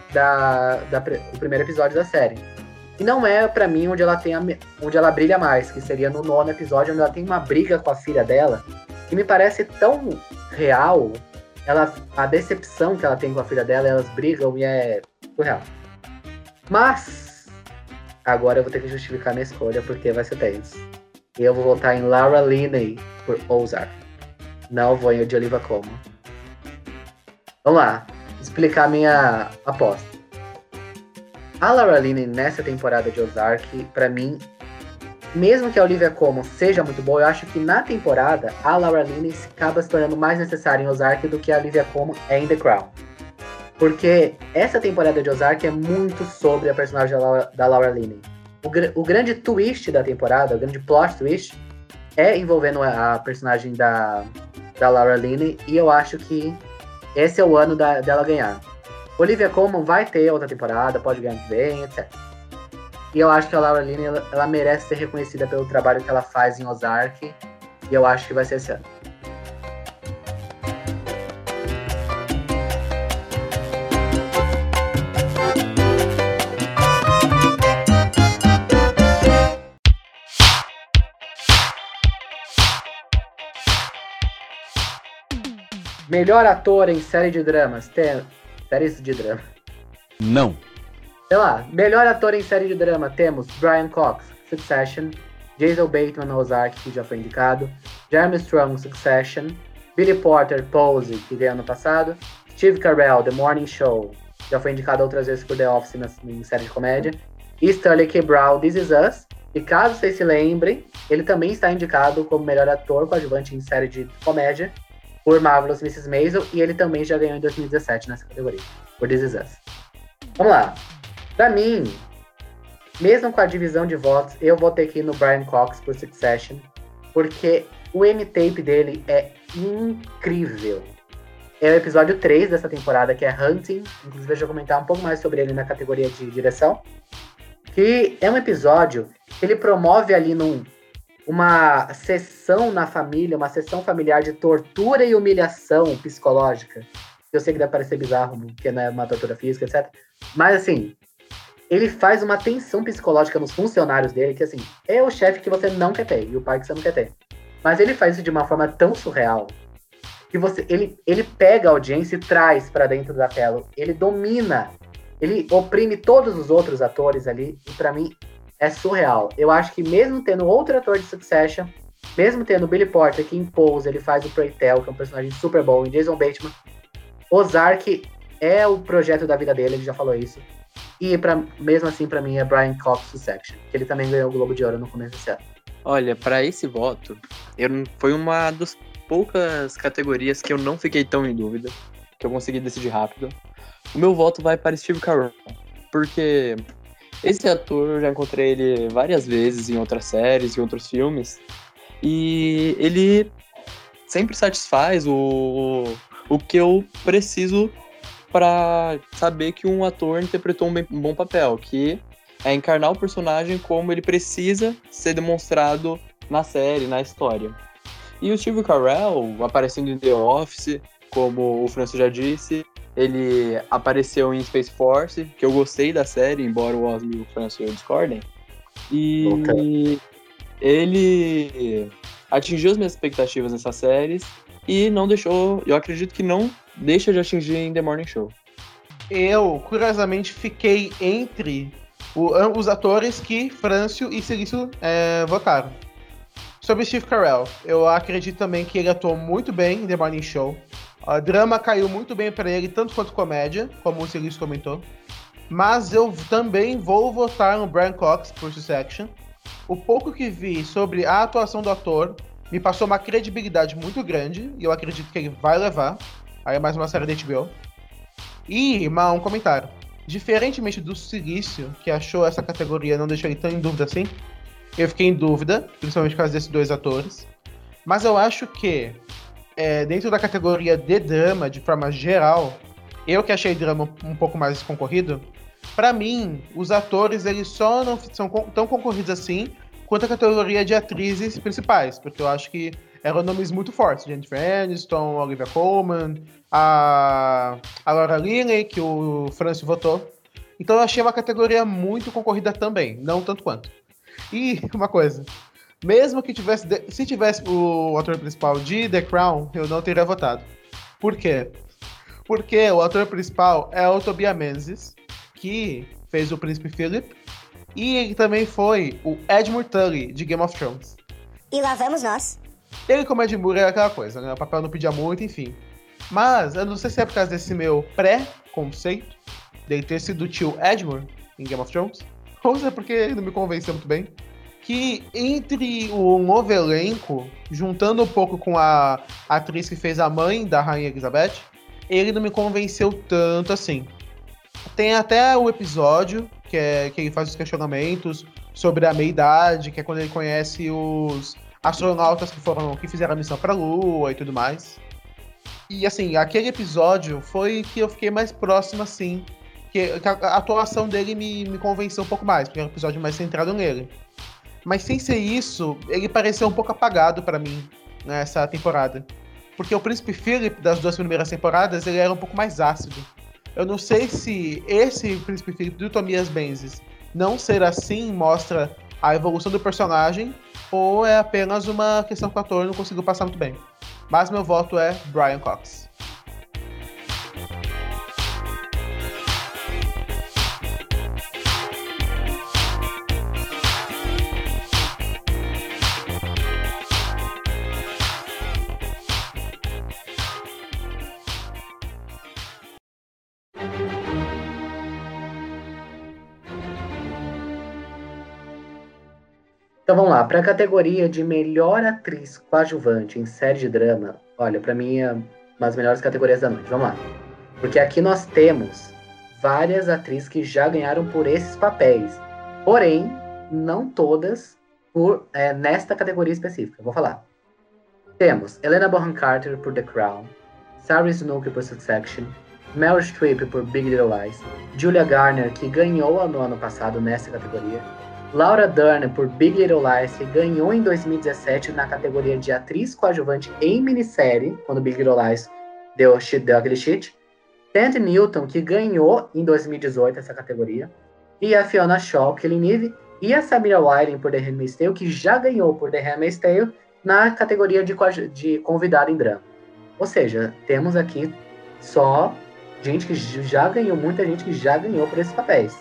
da, da, do primeiro episódio da série. E não é, pra mim, onde ela, tem a, onde ela brilha mais, que seria no nono episódio, onde ela tem uma briga com a filha dela, que me parece tão real, ela, a decepção que ela tem com a filha dela, elas brigam e é surreal. Mas, agora eu vou ter que justificar minha escolha, porque vai ser tenso. E eu vou votar em Laura Linney por Ozark. Não vou em de Olivia Colman. Vamos lá, explicar minha aposta. A Laura Linney nessa temporada de Ozark, pra mim, mesmo que a Olivia Colman seja muito boa, eu acho que na temporada a Laura Linney acaba se tornando mais necessária em Ozark do que a Olivia Colman é em The Crown. Porque essa temporada de Ozark é muito sobre a personagem da Laura, da Laura Linney. O, gr- o grande twist da temporada, o grande plot twist, é envolvendo a, a personagem da, da Laura Linney, e eu acho que esse é o ano da, dela ganhar. Olivia Colman vai ter outra temporada, pode ganhar bem, etcétera. E eu acho que a Laura Linney, ela, ela merece ser reconhecida pelo trabalho que ela faz em Ozark, e eu acho que vai ser esse ano. Melhor ator em série de dramas, tem... séries de drama. Não. Sei lá, melhor ator em série de drama temos Brian Cox, Succession, Jason Bateman, Ozark, que já foi indicado, Jeremy Strong, Succession, Billy Porter, Pose, que veio ano passado, Steve Carell, The Morning Show, já foi indicado outras vezes por The Office na, em série de comédia, e Stanley K. Brown, This Is Us, e caso vocês se lembrem, ele também está indicado como melhor ator coadjuvante em série de comédia por Marvelous missus Maisel, e ele também já ganhou em dois mil e dezessete nessa categoria, por This Is Us. Vamos lá. Pra mim, mesmo com a divisão de votos, eu vou ter que ir no Brian Cox por Succession, porque o M-Tape dele é incrível. É o episódio três dessa temporada, que é Hunting, inclusive eu já vou comentar um pouco mais sobre ele na categoria de direção, que é um episódio que ele promove ali num, uma sessão na família, uma sessão familiar de tortura e humilhação psicológica. Eu sei que deve parecer bizarro, porque não é uma tortura física, etcétera. Mas, assim, ele faz uma tensão psicológica nos funcionários dele, que, assim, é o chefe que você não quer ter, e o pai que você não quer ter. Mas ele faz isso de uma forma tão surreal, que você, ele, ele pega a audiência e traz pra dentro da tela. Ele domina, ele oprime todos os outros atores ali, e pra mim, é surreal. Eu acho que mesmo tendo outro ator de Succession, mesmo tendo Billy Porter, que em Pose, ele faz o Prey Tell, que é um personagem super bom, e Jason Bateman, Ozark é o projeto da vida dele, ele já falou isso. E pra, mesmo assim, pra mim, é Brian Cox Succession, que ele também ganhou o Globo de Ouro no começo desse ano. Olha, pra esse voto, eu, foi uma das poucas categorias que eu não fiquei tão em dúvida, que eu consegui decidir rápido. O meu voto vai para Steve Carell, porque esse ator, eu já encontrei ele várias vezes em outras séries, em outros filmes, e ele sempre satisfaz o, o que eu preciso para saber que um ator interpretou um, bem, um bom papel, que é encarnar o personagem como ele precisa ser demonstrado na série, na história. E o Steve Carell, aparecendo em The Office, como o Francis já disse, ele apareceu em Space Force, que eu gostei da série, embora o Osmo e o Francis discordem. E okay. Ele atingiu as minhas expectativas nessas séries e não deixou, eu acredito que não deixa de atingir em The Morning Show. Eu, curiosamente, fiquei entre o, os atores que Francio e Silício é, votaram. Sobre Steve Carell, eu acredito também que ele atuou muito bem em The Morning Show. A drama caiu muito bem para ele, tanto quanto comédia, como o Silício comentou. Mas eu também vou votar no Brian Cox por Succession. O pouco que vi sobre a atuação do ator me passou uma credibilidade muito grande, e eu acredito que ele vai levar. Aí é mais uma série da H B O. E uma, um comentário. Diferentemente do Silício, que achou essa categoria não deixou ele tão em dúvida assim, eu fiquei em dúvida, principalmente por causa desses dois atores. Mas eu acho que, é, dentro da categoria de drama, de forma geral, eu que achei drama um pouco mais concorrido, pra mim, os atores eles só não são tão concorridos assim quanto a categoria de atrizes principais, porque eu acho que eram nomes muito fortes. Jennifer Aniston, Olivia Colman, a, a Laura Linney, que o Francis votou. Então eu achei uma categoria muito concorrida também, não tanto quanto. E uma coisa, mesmo que tivesse, se tivesse o ator principal de The Crown, eu não teria votado. Por quê? Porque o ator principal é o Tobias Menzies, que fez o Príncipe Philip, e ele também foi o Edmure Tully, de Game of Thrones. E lá vamos nós. Ele como Edmure é aquela coisa, né? O papel não pedia muito, enfim. Mas eu não sei se é por causa desse meu pré-conceito, dele ter sido o tio Edmure em Game of Thrones, ou se é porque ele não me convenceu muito bem, que entre o novo elenco, juntando um pouco com a atriz que fez a mãe da Rainha Elizabeth, ele não me convenceu tanto assim. Tem até o episódio que, é, que ele faz os questionamentos sobre a meia-idade, que é quando ele conhece os astronautas que foram que fizeram a missão para a Lua e tudo mais. E assim, aquele episódio foi que eu fiquei mais próximo, assim, que, que a, a atuação dele me, me convenceu um pouco mais, porque é um episódio mais centrado nele. Mas sem ser isso, ele pareceu um pouco apagado pra mim nessa temporada. Porque o Príncipe Philip, das duas primeiras temporadas, ele era um pouco mais ácido. Eu não sei se esse Príncipe Philip do Tobias Menzies não ser assim mostra a evolução do personagem, ou é apenas uma questão que o ator não conseguiu passar muito bem. Mas meu voto é Brian Cox. Então vamos lá, para a categoria de melhor atriz coadjuvante em série de drama, olha, para mim é uma das melhores categorias da noite, vamos lá. Porque aqui nós temos várias atrizes que já ganharam por esses papéis, porém, não todas por, é, nesta categoria específica, vou falar. Temos Helena Bonham Carter por The Crown, Sarah Snook por Succession, Meryl Streep por Big Little Lies, Julia Garner, que ganhou no ano passado nessa categoria, Laura Dern por Big Little Lies, que ganhou em dois mil e dezessete na categoria de atriz coadjuvante em minissérie, quando Big Little Lies deu, deu aquele shit. Tandy Newton, que ganhou em dois mil e dezoito essa categoria. E a Fiona Shaw, Killing Eve. E a Samira Wiley por The Handmaid's Tale, que já ganhou por The Handmaid's Tale na categoria de, de convidada em drama. Ou seja, temos aqui só gente que já ganhou, muita gente que já ganhou por esses papéis.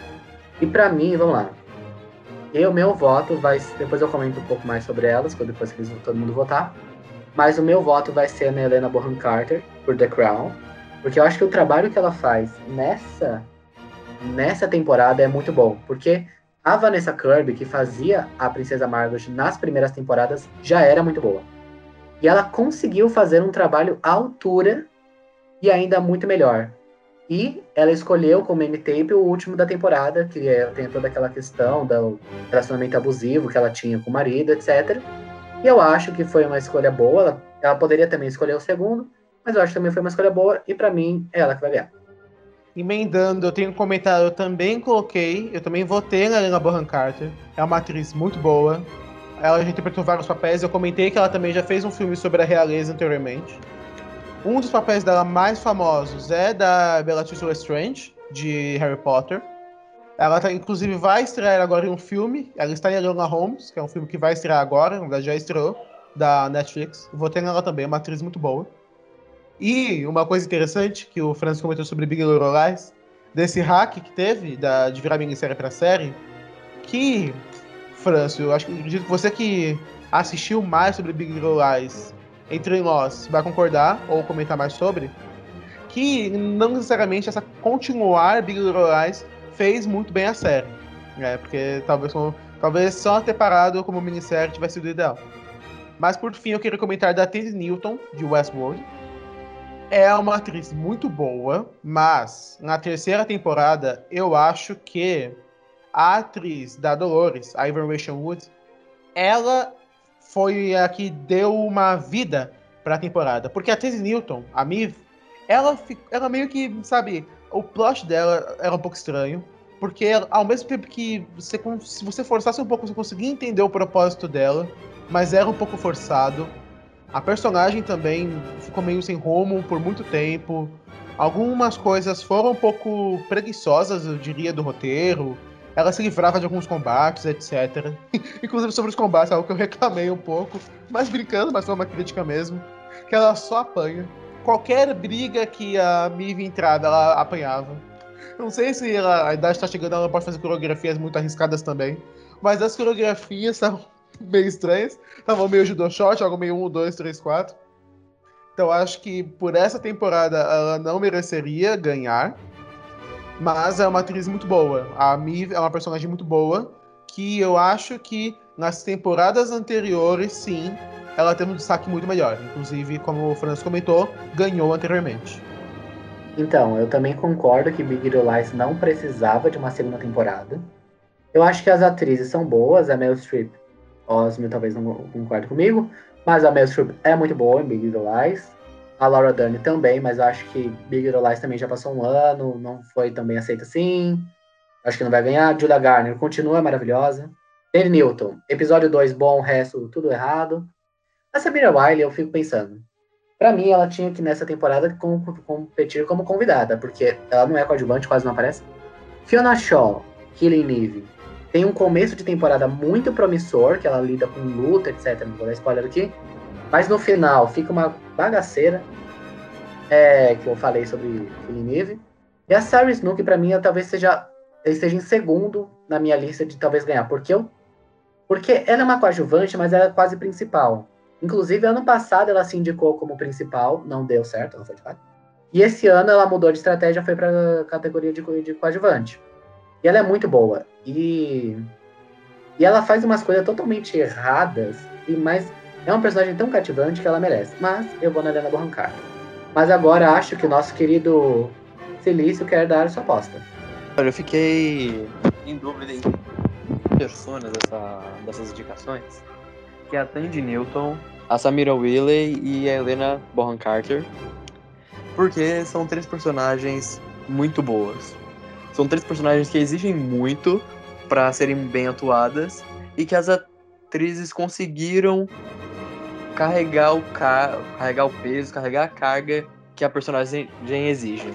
E pra mim, vamos lá. E o meu voto vai... Depois eu comento um pouco mais sobre elas, depois que eles, todo mundo votar. Mas o meu voto vai ser na Helena Bonham Carter, por The Crown. Porque eu acho que o trabalho que ela faz nessa, nessa temporada é muito bom. Porque a Vanessa Kirby, que fazia a Princesa Margaret nas primeiras temporadas, já era muito boa. E ela conseguiu fazer um trabalho à altura e ainda muito melhor. E ela escolheu como M-Tape o último da temporada, que é, tem toda aquela questão do relacionamento abusivo que ela tinha com o marido, etcétera. E eu acho que foi uma escolha boa. Ela, ela poderia também escolher o segundo, mas eu acho que também foi uma escolha boa, e pra mim, é ela que vai ganhar. Emendando, eu tenho um comentário, eu também coloquei, eu também votei na Helena Bonham Carter. É uma atriz muito boa. Ela já interpretou vários papéis. Eu comentei que ela também já fez um filme sobre a realeza anteriormente. Um dos papéis dela mais famosos é da Bellatrix Lestrange, de Harry Potter. Ela tá, inclusive vai estrear agora em um filme. Ela está em Enola Holmes, que é um filme que vai estrear agora, na verdade já estreou, da Netflix. Votei nela também, é uma atriz muito boa. E uma coisa interessante que o Francis comentou sobre Big Little Lies, desse hack que teve da, de virar minissérie pra série, que, Francis, eu acho que acredito que você que assistiu mais sobre Big Little Lies entre nós vai concordar ou comentar mais sobre, que não necessariamente essa continuar Big Little Lies fez muito bem a série, né? Porque talvez, talvez só ter parado como minissérie tivesse sido ideal. Mas por fim eu queria comentar da Tandy Newton, de Westworld. É uma atriz muito boa, mas na terceira temporada eu acho que a atriz da Dolores, a Ivan Rachel Wood, ela foi a que deu uma vida pra temporada. Porque a Tandy Newton, a Miv, ela, ela meio que, sabe, o plot dela era um pouco estranho. Porque ao mesmo tempo que você, se você forçasse um pouco, você conseguia entender o propósito dela, mas era um pouco forçado. A personagem também ficou meio sem rumo por muito tempo. Algumas coisas foram um pouco preguiçosas, eu diria, do roteiro. Ela se livrava de alguns combates, etcétera. Inclusive sobre os combates, algo que eu reclamei um pouco. Mas brincando, mas foi uma crítica mesmo. Que ela só apanha. Qualquer briga que a Mive entrava, ela apanhava. Não sei se ela, a idade está chegando, ela pode fazer coreografias muito arriscadas também. Mas as coreografias estavam meio estranhas. Estavam meio judo shot, algo meio um, dois, três, quatro. Então acho que por essa temporada ela não mereceria ganhar. Mas é uma atriz muito boa. A Mive é uma personagem muito boa. Que eu acho que nas temporadas anteriores, sim, ela teve um destaque muito melhor. Inclusive, como o Francis comentou, ganhou anteriormente. Então, eu também concordo que Big Little Lies não precisava de uma segunda temporada. Eu acho que as atrizes são boas, a Meryl Streep, Osmo talvez não concorde comigo, mas a Meryl Streep é muito boa em Big Little Lies. A Laura Dern também, mas eu acho que Big Little Lies também já passou um ano, não foi tão bem aceita assim. Acho que não vai ganhar. Julia Garner continua maravilhosa. Danny Newton, episódio dois bom, o resto tudo errado. A Samira Wiley, eu fico pensando, pra mim, ela tinha que, nessa temporada, com, competir como convidada, porque ela não é coadjuvante, quase não aparece. Fiona Shaw, Killing Eve, tem um começo de temporada muito promissor, que ela lida com luta, etcétera. Não vou dar spoiler aqui. Mas no final, fica uma bagaceira, é, que eu falei sobre Killing Eve. E a Sarah Snook, pra mim, ela talvez seja, esteja em segundo na minha lista de talvez ganhar. Por quê? Porque ela é uma coadjuvante, mas ela é quase principal. Inclusive, ano passado ela se indicou como principal, não deu certo, ela foi de fato. E esse ano ela mudou de estratégia, foi para a categoria de, de coadjuvante. E ela é muito boa. E, e ela faz umas coisas totalmente erradas, e mas é um personagem tão cativante que ela merece. Mas eu vou na Helena Bonham Carter. Mas agora acho que o nosso querido Silício quer dar sua aposta. Olha, eu fiquei em dúvida em personas dessa, dessas indicações, que é a Tandy Newton, a Samira Wiley e a Helena Bonham Carter, porque são três personagens muito boas. São três personagens que exigem muito para serem bem atuadas e que as atrizes conseguiram carregar o, ca... carregar o peso, carregar a carga que a personagem exige.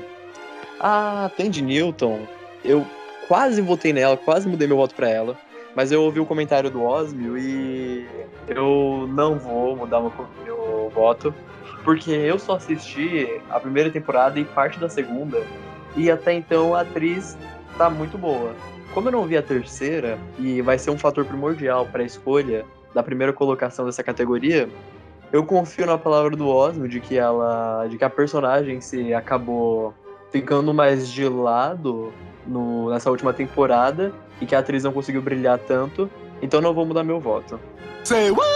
A Tandy Newton, eu quase votei nela, quase mudei meu voto para ela, mas eu ouvi o comentário do Osmio e eu não vou mudar meu, meu voto, porque eu só assisti a primeira temporada e parte da segunda, e até então a atriz tá muito boa. Como eu não vi a terceira, e vai ser um fator primordial para a escolha da primeira colocação dessa categoria, eu confio na palavra do Osmio de que ela, de que a personagem se acabou ficando mais de lado no, nessa última temporada e que a atriz não conseguiu brilhar tanto, então não vou mudar meu voto. Say what?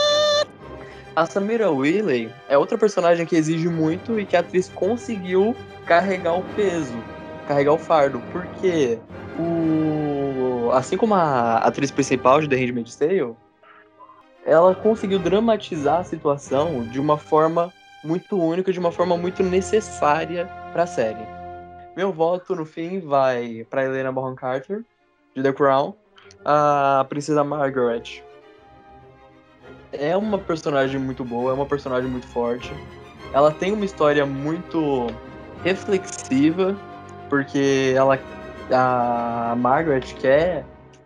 A Samira Wiley é outra personagem que exige muito e que a atriz conseguiu carregar o peso, carregar o fardo, porque o... assim como a atriz principal de The Handmaid's Tale, ela conseguiu dramatizar a situação de uma forma muito única, de uma forma muito necessária para a série. Meu voto, no fim, vai para Helena Bonham Carter, de The Crown, a Princesa Margaret. É uma personagem muito boa, é uma personagem muito forte. Ela tem uma história muito reflexiva, porque ela, a Margaret quer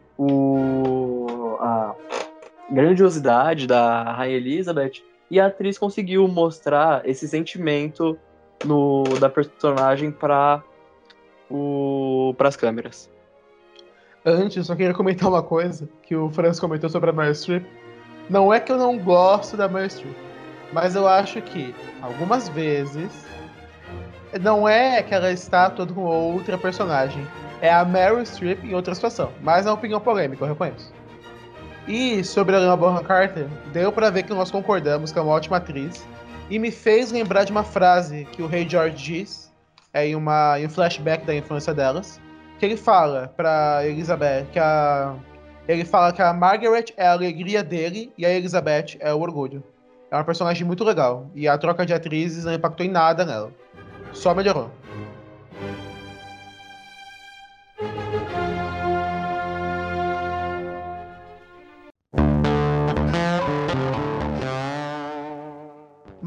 o, a grandiosidade da Rainha Elizabeth, e a atriz conseguiu mostrar esse sentimento no, da personagem para as câmeras. Antes, eu só queria comentar uma coisa que o Francis comentou sobre a Meryl Streep. Não é que eu não gosto da Meryl Streep, mas eu acho que, algumas vezes, não é que ela está atuando com outra personagem. É a Meryl Streep em outra situação. Mas é uma opinião polêmica, eu reconheço. E sobre a Helena Bonham Carter, deu pra ver que nós concordamos que é uma ótima atriz. E me fez lembrar de uma frase que o Rei George diz é, em, uma, em um flashback da infância delas. Que ele fala pra Elizabeth que a... Ele fala que a Margaret é a alegria dele e a Elizabeth é o orgulho. É uma personagem muito legal. E a troca de atrizes não impactou em nada nela. Só melhorou.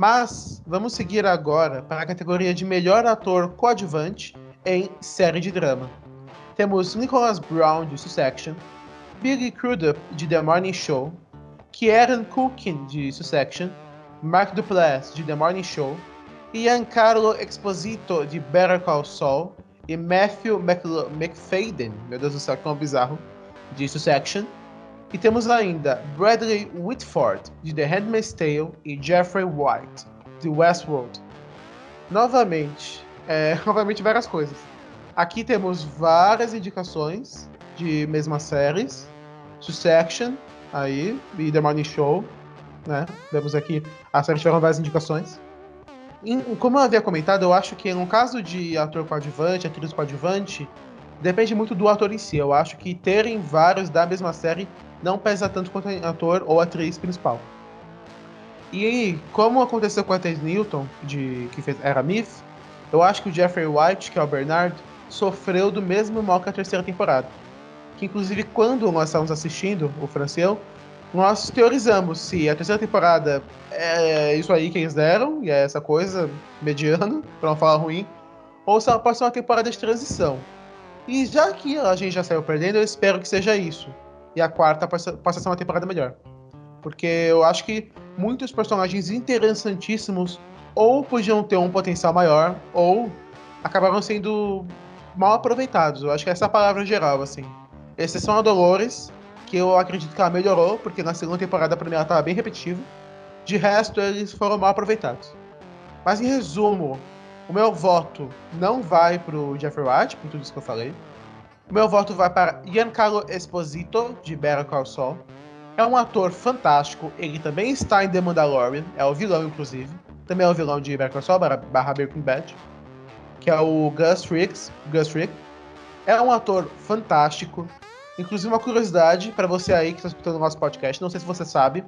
Mas vamos seguir agora para a categoria de melhor ator coadjuvante em série de drama. Temos Nicholas Brown, de Succession, Billy Crudup, de The Morning Show, Kieran Culkin, de Succession, Mark Duplass, de The Morning Show, Giancarlo Esposito, de Better Call Saul, e Matthew Mc- McFadden, meu Deus do céu, que nome bizarro, de Succession. E temos ainda Bradley Whitford, de The Handmaid's Tale, e Jeffrey White, de Westworld. Novamente, é, novamente várias coisas. Aqui temos várias indicações de mesmas séries. Succession, aí, e The Morning Show, né? Vemos aqui, as séries tiveram várias indicações. Em, como eu havia comentado, eu acho que no caso de ator coadjuvante, atriz coadjuvante, depende muito do ator em si. Eu acho que terem vários da mesma série não pesa tanto quanto ator ou atriz principal. E como aconteceu com a Tess Newton, de, que fez Aramis, eu acho que o Jeffrey White, que é o Bernard, sofreu do mesmo mal que a terceira temporada. Que inclusive quando nós estávamos assistindo o Franciel, nós teorizamos se a terceira temporada é isso aí que eles deram, e é essa coisa mediana, pra não falar ruim, ou se ela pode ser uma temporada de transição. E já que a gente já saiu perdendo, eu espero que seja isso. E a quarta possa, possa ser uma temporada melhor. Porque eu acho que muitos personagens interessantíssimos ou podiam ter um potencial maior, ou acabaram sendo mal aproveitados. Eu acho que essa é a palavra geral, assim. Exceção a Dolores, que eu acredito que ela melhorou, porque na segunda temporada pra mim ela estava bem repetitiva. De resto, eles foram mal aproveitados. Mas em resumo, o meu voto não vai pro Jeffrey White, por tudo isso que eu falei. O meu voto vai para Giancarlo Esposito, de Better Call Saul. É um ator fantástico, ele também está em The Mandalorian, é o vilão, inclusive. Também é o vilão de Better Call Saul, barra Breaking Bad, que é o Gus Fricks, Gus Frick. É um ator fantástico. Inclusive, uma curiosidade para você aí que está escutando o nosso podcast, não sei se você sabe,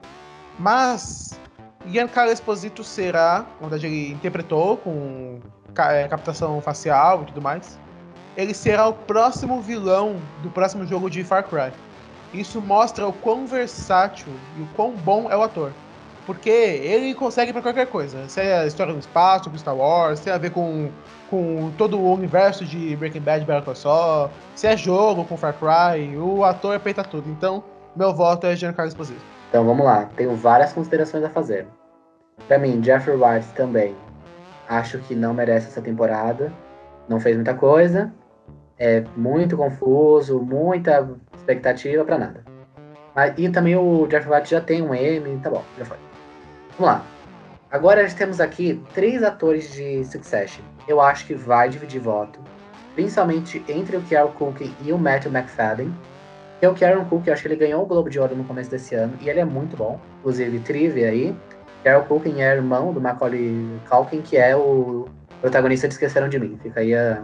mas Giancarlo Esposito será, onde ele interpretou com captação facial e tudo mais, ele será o próximo vilão do próximo jogo de Far Cry. Isso mostra o quão versátil e o quão bom é o ator. Porque ele consegue pra qualquer coisa. Se é a história no espaço, com Star Wars, se tem a ver com, com todo o universo de Breaking Bad, Better Call Saul, se é jogo com Far Cry, o ator peita tudo. Então, meu voto é Giancarlo Esposito. Então vamos lá, tenho várias considerações a fazer. Pra mim, Jeffrey White também. Acho que não merece essa temporada. Não fez muita coisa. É muito confuso, muita expectativa pra nada. Mas, e também o Jeffrey White já tem um M, tá bom, já foi. Vamos lá. Agora nós temos aqui três atores de Succession. Eu acho que vai dividir voto. Principalmente entre o Kieran Culkin e o Matthew McFadden. Que é o Kieran Culkin, eu acho que ele ganhou o Globo de Ouro no começo desse ano. E ele é muito bom. Inclusive, trivia aí. Kieran Culkin é irmão do Macaulay Culkin, que é o protagonista de Esqueceram de Mim. Fica aí a,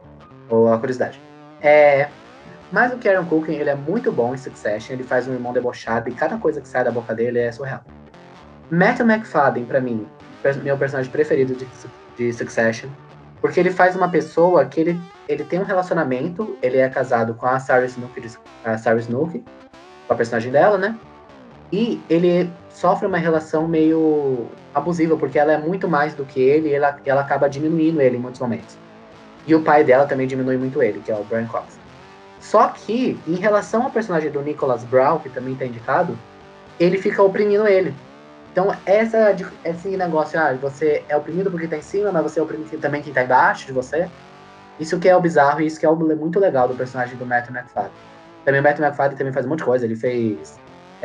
a curiosidade. É... Mas o Kieran Culkin, ele é muito bom em Succession. Ele faz um irmão debochado e cada coisa que sai da boca dele é surreal. Matthew McFadden, pra mim, meu personagem preferido de, de Succession, porque ele faz uma pessoa que ele, ele tem um relacionamento, ele é casado com a Sarah Snook, a Sarah Snook, com a personagem dela, né? E ele sofre uma relação meio abusiva, porque ela é muito mais do que ele e ela, ela acaba diminuindo ele em muitos momentos. E o pai dela também diminui muito ele, que é o Brian Cox. Só que, em relação ao personagem do Nicholas Brown, que também está indicado, ele fica oprimindo ele. Então, essa, esse negócio, ah, você é oprimido porque tá em cima, mas você é oprimido também quem tá embaixo de você. Isso que é o bizarro e isso que é o muito legal do personagem do Matthew McFadden. Também o Matthew McFadden também faz um monte de coisa. Ele fez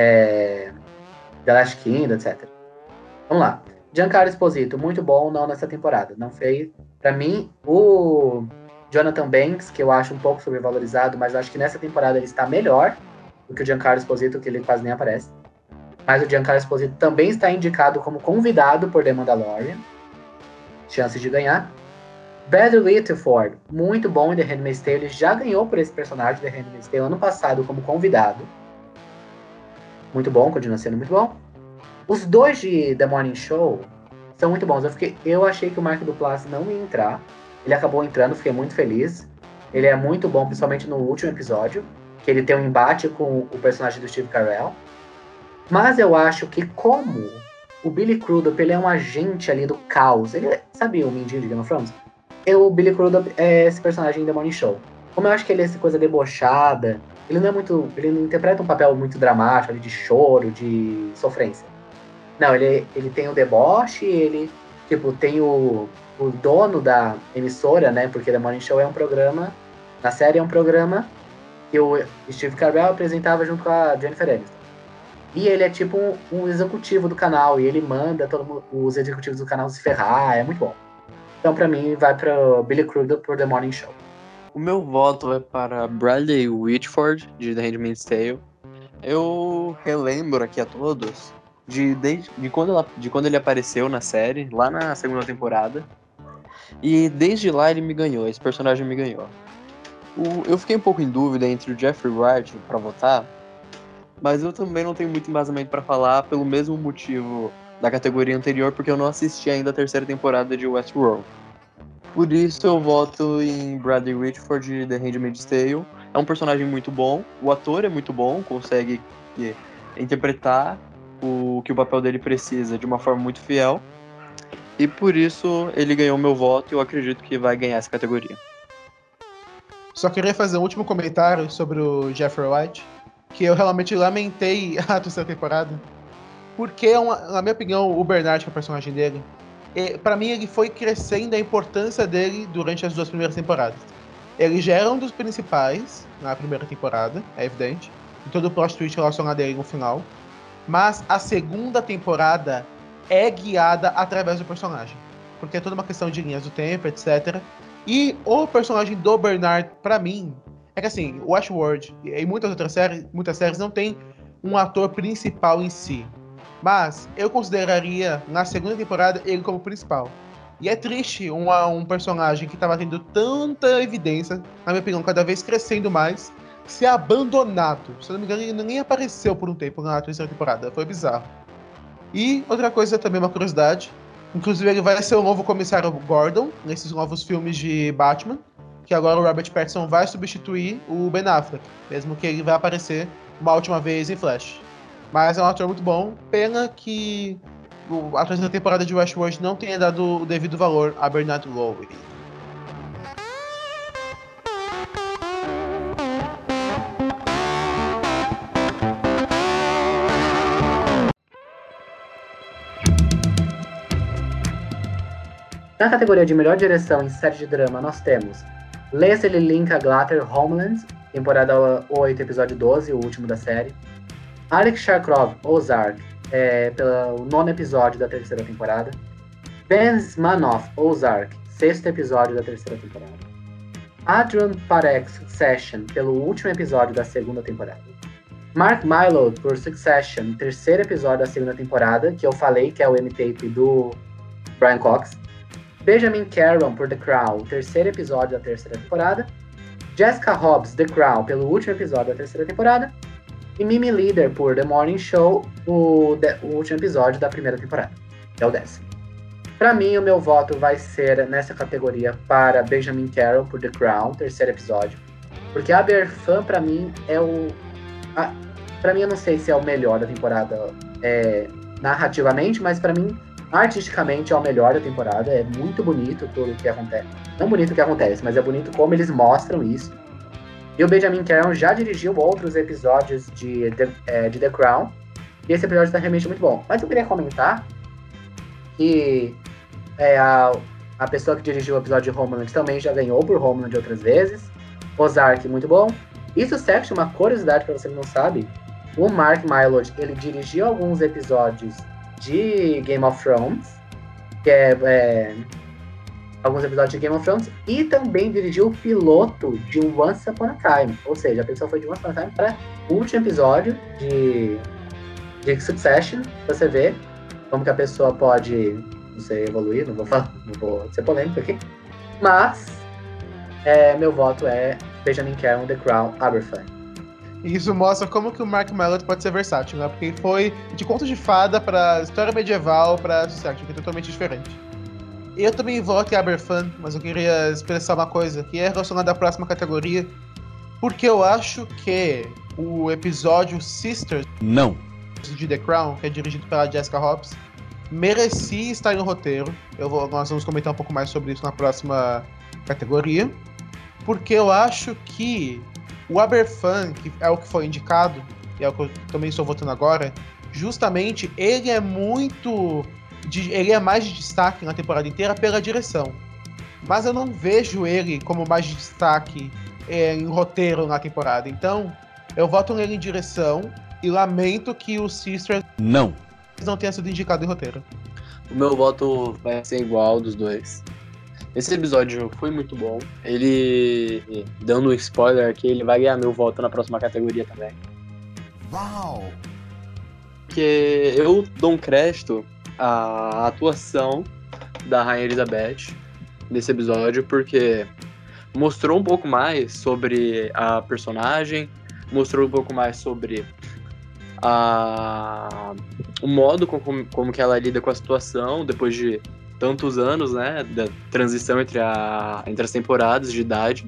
é, The Last Kingdom, etcétera. Vamos lá. Giancarlo Esposito, muito bom, não nessa temporada. Não fez. Pra mim, o Jonathan Banks, que eu acho um pouco sobrevalorizado, mas eu acho que nessa temporada ele está melhor do que o Giancarlo Esposito, que ele quase nem aparece. Mas o Giancarlo Esposito também está indicado como convidado por The Mandalorian. Chances de ganhar. Bradley Whitford, muito bom em The Handmaid's Tale. Ele já ganhou por esse personagem The Handmaid's Tale ano passado como convidado. Muito bom, continua sendo muito bom. Os dois de The Morning Show são muito bons. Eu, fiquei, eu achei que o Mark Duplass não ia entrar. Ele acabou entrando, fiquei muito feliz. Ele é muito bom, principalmente no último episódio, que ele tem um embate com o personagem do Steve Carell. Mas eu acho que como o Billy Crudup, ele é um agente ali do caos. Ele, sabe o Mindinho de Game of Thrones? E o Billy Crudup é esse personagem em The Morning Show. Como eu acho que ele é essa coisa debochada, ele não é muito, ele não interpreta um papel muito dramático, ali, de choro, de sofrência. Não, ele, ele tem o deboche, ele, tipo, tem o, o dono da emissora, né? Porque The Morning Show é um programa, na série é um programa que o Steve Carell apresentava junto com a Jennifer Aniston. E ele é tipo um, um executivo do canal, e ele manda todo mundo, os executivos do canal se ferrar, é muito bom. Então, pra mim, vai pro Billy Crudup por The Morning Show. O meu voto vai para Bradley Whitford, de The Handmaid's Tale. Eu relembro aqui a todos de, de, de, quando ela, de quando ele apareceu na série, lá na segunda temporada. E desde lá ele me ganhou, esse personagem me ganhou. O, eu fiquei um pouco em dúvida entre o Jeffrey Wright pra votar, mas eu também não tenho muito embasamento pra falar pelo mesmo motivo da categoria anterior, porque eu não assisti ainda a terceira temporada de Westworld. Por isso eu voto em Bradley Whitford de The Handmaid's Tale. É um personagem muito bom, o ator é muito bom, consegue interpretar o que o papel dele precisa de uma forma muito fiel. E por isso ele ganhou meu voto e eu acredito que vai ganhar essa categoria. Só queria fazer um último comentário sobre o Jeffrey Wright, que eu realmente lamentei a terceira temporada, porque, é uma, na minha opinião, o Bernard, que é o personagem dele, e, pra mim ele foi crescendo a importância dele durante as duas primeiras temporadas. Ele já era um dos principais na primeira temporada, é evidente, em todo o plot twist relacionado a ele no final, mas a segunda temporada é guiada através do personagem, porque é toda uma questão de linhas do tempo, etcétera. E o personagem do Bernard, pra mim, é que assim, o Westworld e muitas outras séries, muitas séries não tem um ator principal em si. Mas eu consideraria, na segunda temporada, ele como principal. E é triste uma, um personagem que estava tendo tanta evidência, na minha opinião, cada vez crescendo mais, ser abandonado. Se eu não me engano, ele nem apareceu por um tempo na terceira temporada. Foi bizarro. E outra coisa também, uma curiosidade. Inclusive, ele vai ser o novo comissário Gordon, nesses novos filmes de Batman. Que agora o Robert Pattinson vai substituir o Ben Affleck. Mesmo que ele vai aparecer uma última vez em Flash. Mas é um ator muito bom. Pena que a terceira temporada de Westworld não tenha dado o devido valor a Bernard Lowe. Na categoria de melhor direção em série de drama, nós temos Leslie Linka Glatter, Homeland, temporada oito, episódio doze, o último da série. Alex Sharkov, Ozark, é, pelo nono episódio da terceira temporada. Ben Smanoff, Ozark, sexto episódio da terceira temporada. Adrian Parekh, Succession, pelo último episódio da segunda temporada. Mark Mylod, por Succession, terceiro episódio da segunda temporada, que eu falei que é o M-Tape do Brian Cox. Benjamin Caron, por The Crown, terceiro episódio da terceira temporada. Jessica Hobbs, The Crown, pelo último episódio da terceira temporada. E Mimi Leader, por The Morning Show, o, de, o último episódio da primeira temporada, que é o décimo. Pra mim, o meu voto vai ser nessa categoria para Benjamin Caron, por The Crown, terceiro episódio. Porque Aberfan, pra mim, é o... A, pra mim, eu não sei se é o melhor da temporada é, narrativamente, mas pra mim, artisticamente, é o melhor da temporada. É muito bonito tudo o que acontece. Não bonito o que acontece, mas é bonito como eles mostram isso. E o Benjamin Caron já dirigiu outros episódios de The, é, de The Crown. E esse episódio está realmente muito bom. Mas eu queria comentar que é, a, a pessoa que dirigiu o episódio de Homeland também já ganhou por Homeland outras vezes. Ozark, muito bom. E Succession, uma curiosidade para você que não sabe, o Mark Mylod, ele dirigiu alguns episódios de Game of Thrones, que é... é alguns episódios de Game of Thrones, e também dirigiu o piloto de Once Upon a Time. Ou seja, a pessoa foi de Once Upon a Time para o último episódio de, de Succession, pra você ver como que a pessoa pode, não sei, evoluir, não vou falar, não vou ser polêmico aqui, mas é, meu voto é Benjamin Caron, The Crown, Aberfan. E isso mostra como que o Mark Mylod pode ser versátil, né? Porque ele foi de contos de fada pra história medieval pra Succession, que é totalmente diferente. Eu também voto em Aberfan, mas eu queria expressar uma coisa que é relacionada à próxima categoria, porque eu acho que o episódio Sisters Não. de The Crown, que é dirigido pela Jessica Hobbs, merecia estar no roteiro. Eu vou, nós vamos comentar um pouco mais sobre isso na próxima categoria. Porque eu acho que o Aberfan, que é o que foi indicado, e é o que eu também estou votando agora, justamente ele é muito... De, ele é mais de destaque na temporada inteira pela direção. Mas eu não vejo ele como mais de destaque é, em roteiro na temporada. Então, eu voto nele em direção e lamento que o Sisters Não. não tenha sido indicado em roteiro. O meu voto vai ser igual dos dois. Esse episódio foi muito bom. Ele, dando um spoiler aqui, ele vai ganhar meu voto na próxima categoria também. Uau! Porque eu dou um crédito à atuação da Rainha Elizabeth nesse episódio, porque mostrou um pouco mais sobre a personagem, mostrou um pouco mais sobre a... o modo como, como que ela lida com a situação depois de tantos anos, né, da transição entre, a, entre as temporadas de idade.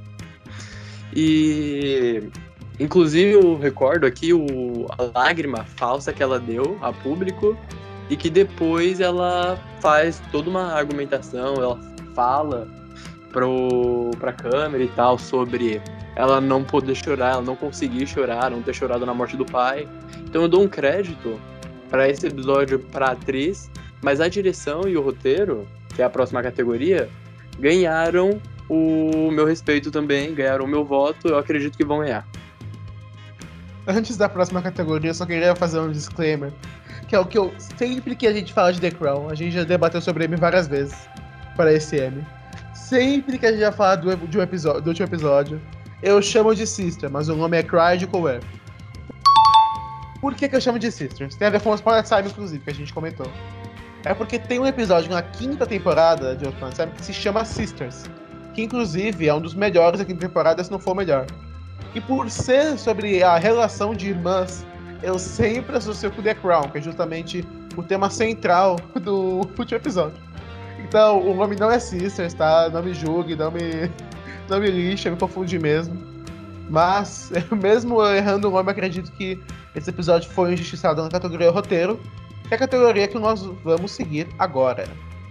E, inclusive, eu recordo aqui o, a lágrima falsa que ela deu a público e que depois ela faz toda uma argumentação, ela fala pro, pra câmera e tal sobre ela não poder chorar, ela não conseguir chorar, não ter chorado na morte do pai. Então eu dou um crédito para esse episódio pra atriz, mas a direção e o roteiro, que é a próxima categoria, ganharam o meu respeito também, ganharam o meu voto, eu acredito que vão ganhar. Antes da próxima categoria, eu só queria fazer um disclaimer, que é o que eu... Sempre que a gente fala de The Crown, a gente já debateu sobre M várias vezes para esse M. Sempre que a gente já fala do, de um episódio, do último episódio, eu chamo de Sister, mas o nome é Cry de Coer. Por que que eu chamo de Sisters? Tem a ver com os Planet Time, inclusive, que a gente comentou. É porque tem um episódio na quinta temporada de Planet Time que se chama Sisters, que inclusive é um dos melhores da quinta temporada, se não for o melhor. E por ser sobre a relação de irmãs, eu sempre associo com The Crown, que é justamente o tema central do último episódio. Então, o nome não é Sisters, tá? Não me julgue, não me, não me lixe, eu me confundi mesmo. Mas, mesmo errando o nome, acredito que esse episódio foi injustiçado na categoria roteiro, que é a categoria que nós vamos seguir agora.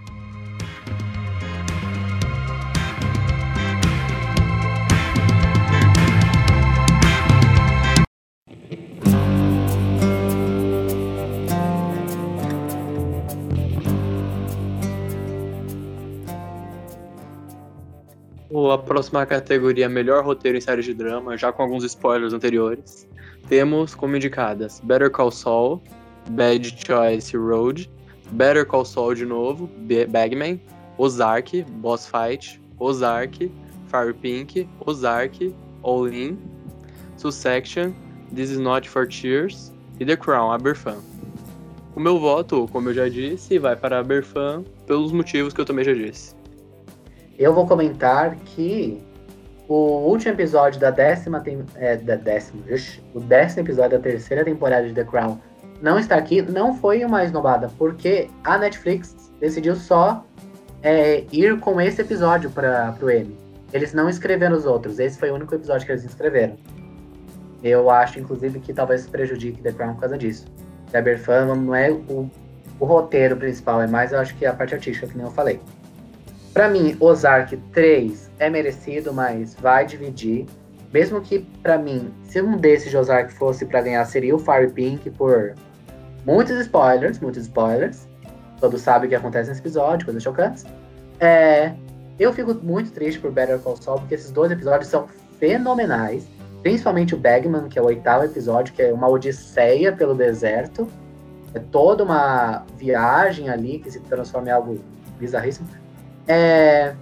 A próxima categoria, melhor roteiro em série de drama, já com alguns spoilers anteriores. Temos como indicadas Better Call Saul, Bad Choice Road, Better Call Saul de novo, Bagman, Ozark, Boss Fight, Ozark, Fire Pink, Ozark, All In, Succession, This Is Not For Tears e The Crown, Aberfan. O meu voto, como eu já disse, vai para Aberfan pelos motivos que eu também já disse. Eu vou comentar que o último episódio da décima, tem, é, da décima, o décimo episódio da terceira temporada de The Crown não está aqui, não foi uma esnobada, porque a Netflix decidiu só é, ir com esse episódio para o Emmy. Eles não escreveram os outros, esse foi o único episódio que eles escreveram. Eu acho, inclusive, que talvez prejudique The Crown por causa disso. The Aberfan não é o, o roteiro principal, é mais, eu acho que a parte artística, que nem eu falei. Pra mim, Ozark três é merecido, mas vai dividir. Mesmo que, pra mim, se um desses de Ozark fosse pra ganhar, seria o Fire Pink, por muitos spoilers, muitos spoilers. Todos sabem o que acontece nesse episódio, coisas chocantes. É, eu fico muito triste por Better Call Saul, porque esses dois episódios são fenomenais. Principalmente o Bagman, que é o oitavo episódio, que é uma odisseia pelo deserto. É toda uma viagem ali que se transforma em algo bizarríssimo. É,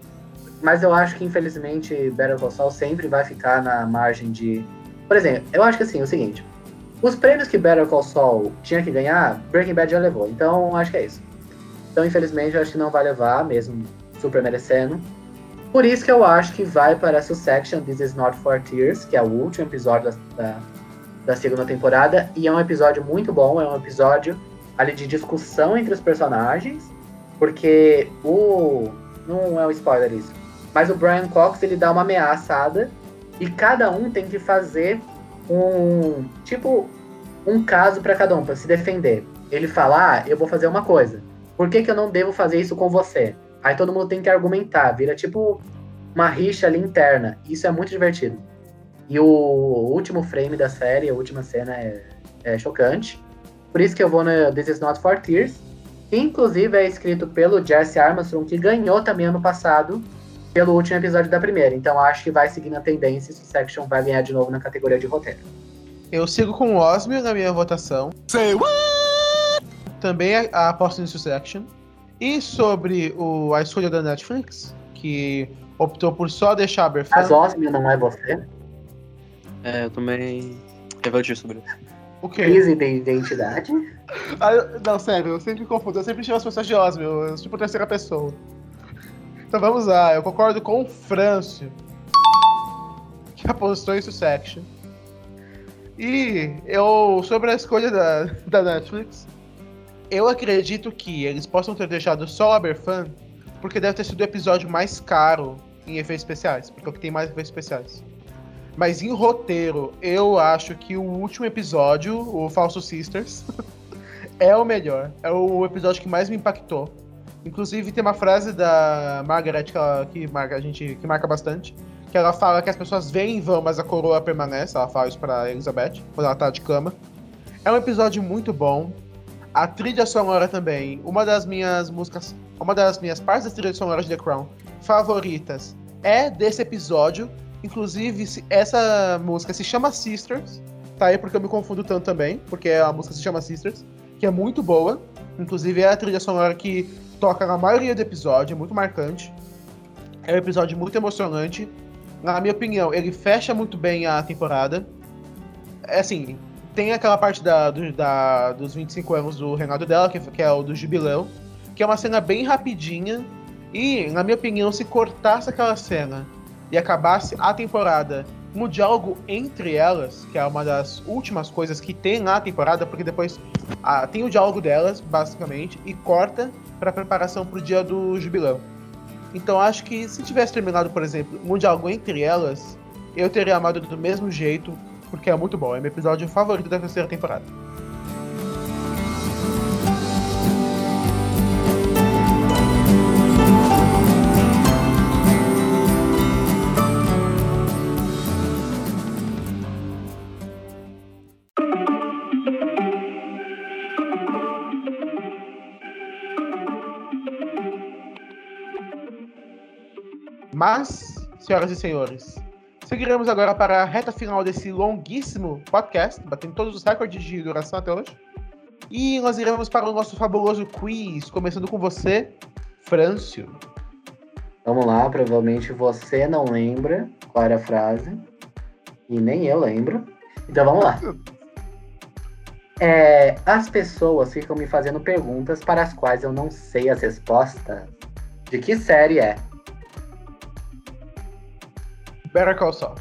mas eu acho que, infelizmente, Better Call Saul sempre vai ficar na margem de... Por exemplo, eu acho que assim, é o seguinte. Os prêmios que Better Call Saul tinha que ganhar, Breaking Bad já levou. Então, acho que é isso. Então, infelizmente, eu acho que não vai levar, mesmo super merecendo. Por isso que eu acho que vai para Succession, This Is Not For Tears, que é o último episódio da, da, da segunda temporada. E é um episódio muito bom, é um episódio ali de discussão entre os personagens. Porque o... Não é um spoiler isso. Mas o Brian Cox, ele dá uma ameaçada. E cada um tem que fazer um... Tipo, um caso para cada um, para se defender. ele fala, ah, eu vou fazer uma coisa. Por que que eu não devo fazer isso com você? Aí todo mundo tem que argumentar, vira tipo uma rixa ali interna. Isso é muito divertido. E o último frame da série, a última cena é, é chocante. Por isso que eu vou no This Is Not For Tears, que inclusive é escrito pelo Jesse Armstrong, que ganhou também ano passado pelo último episódio da primeira. Então acho que vai seguir na tendência e Succession vai ganhar de novo na categoria de roteiro. Eu sigo com o Osmio na minha votação. Say what? Também a aposta em Succession. E sobre o, a escolha da Netflix, que optou por só deixar a Berfan. Mas Osmio não é você? É, eu também refleti sobre isso. O quê? Crise de identidade? Ah, eu- não, sério, eu sempre confundo. Eu sempre chamo as pessoas de Osmio, eu tipo terceira pessoa. Então vamos lá, eu concordo com o Frâncio, que apostou em Succession. E eu, sobre a escolha da, da Netflix, eu acredito que eles possam ter deixado só o Aberfan, porque deve ter sido o episódio mais caro em efeitos especiais, porque é o que tem mais efeitos especiais. Mas em roteiro, eu acho que o último episódio, o Falso Sisters, é o melhor. É o episódio que mais me impactou. Inclusive tem uma frase da Margaret que, ela, que marca a gente que marca bastante, que ela fala que as pessoas vêm e vão, mas a coroa permanece. Ela fala isso pra Elizabeth quando ela tá de cama. É um episódio muito bom. A trilha sonora também, uma das minhas músicas, uma das minhas partes da trilha sonora de The Crown favoritas é desse episódio. Inclusive, se- essa música se chama Sisters, tá aí porque eu me confundo tanto também, porque a música se chama Sisters, que é muito boa. Inclusive, é a trilha sonora que toca na maioria do episódio, é muito marcante. É um episódio muito emocionante. Na minha opinião, ele fecha muito bem a temporada. É assim, tem aquela parte da, do- da- dos vinte e cinco anos do reinado dela, que, que é o do jubileu, que é uma cena bem rapidinha. E, na minha opinião, se cortasse aquela cena e acabasse a temporada no diálogo entre elas, que é uma das últimas coisas que tem na temporada, porque depois ah, tem o diálogo delas, basicamente, e corta para preparação pro dia do jubileu. Então acho que se tivesse terminado, por exemplo, no diálogo entre elas, eu teria amado do mesmo jeito, porque é muito bom. É meu episódio favorito da terceira temporada. Mas, senhoras e senhores, seguiremos agora para a reta final desse longuíssimo podcast, batendo todos os recordes de duração até hoje. E nós iremos para o nosso fabuloso quiz, começando com você, Frâncio. Vamos lá, provavelmente você não lembra qual era a frase. E nem eu lembro. Então vamos lá. É, as pessoas ficam me fazendo perguntas para as quais eu não sei as respostas. De que série é? Better Call Saul.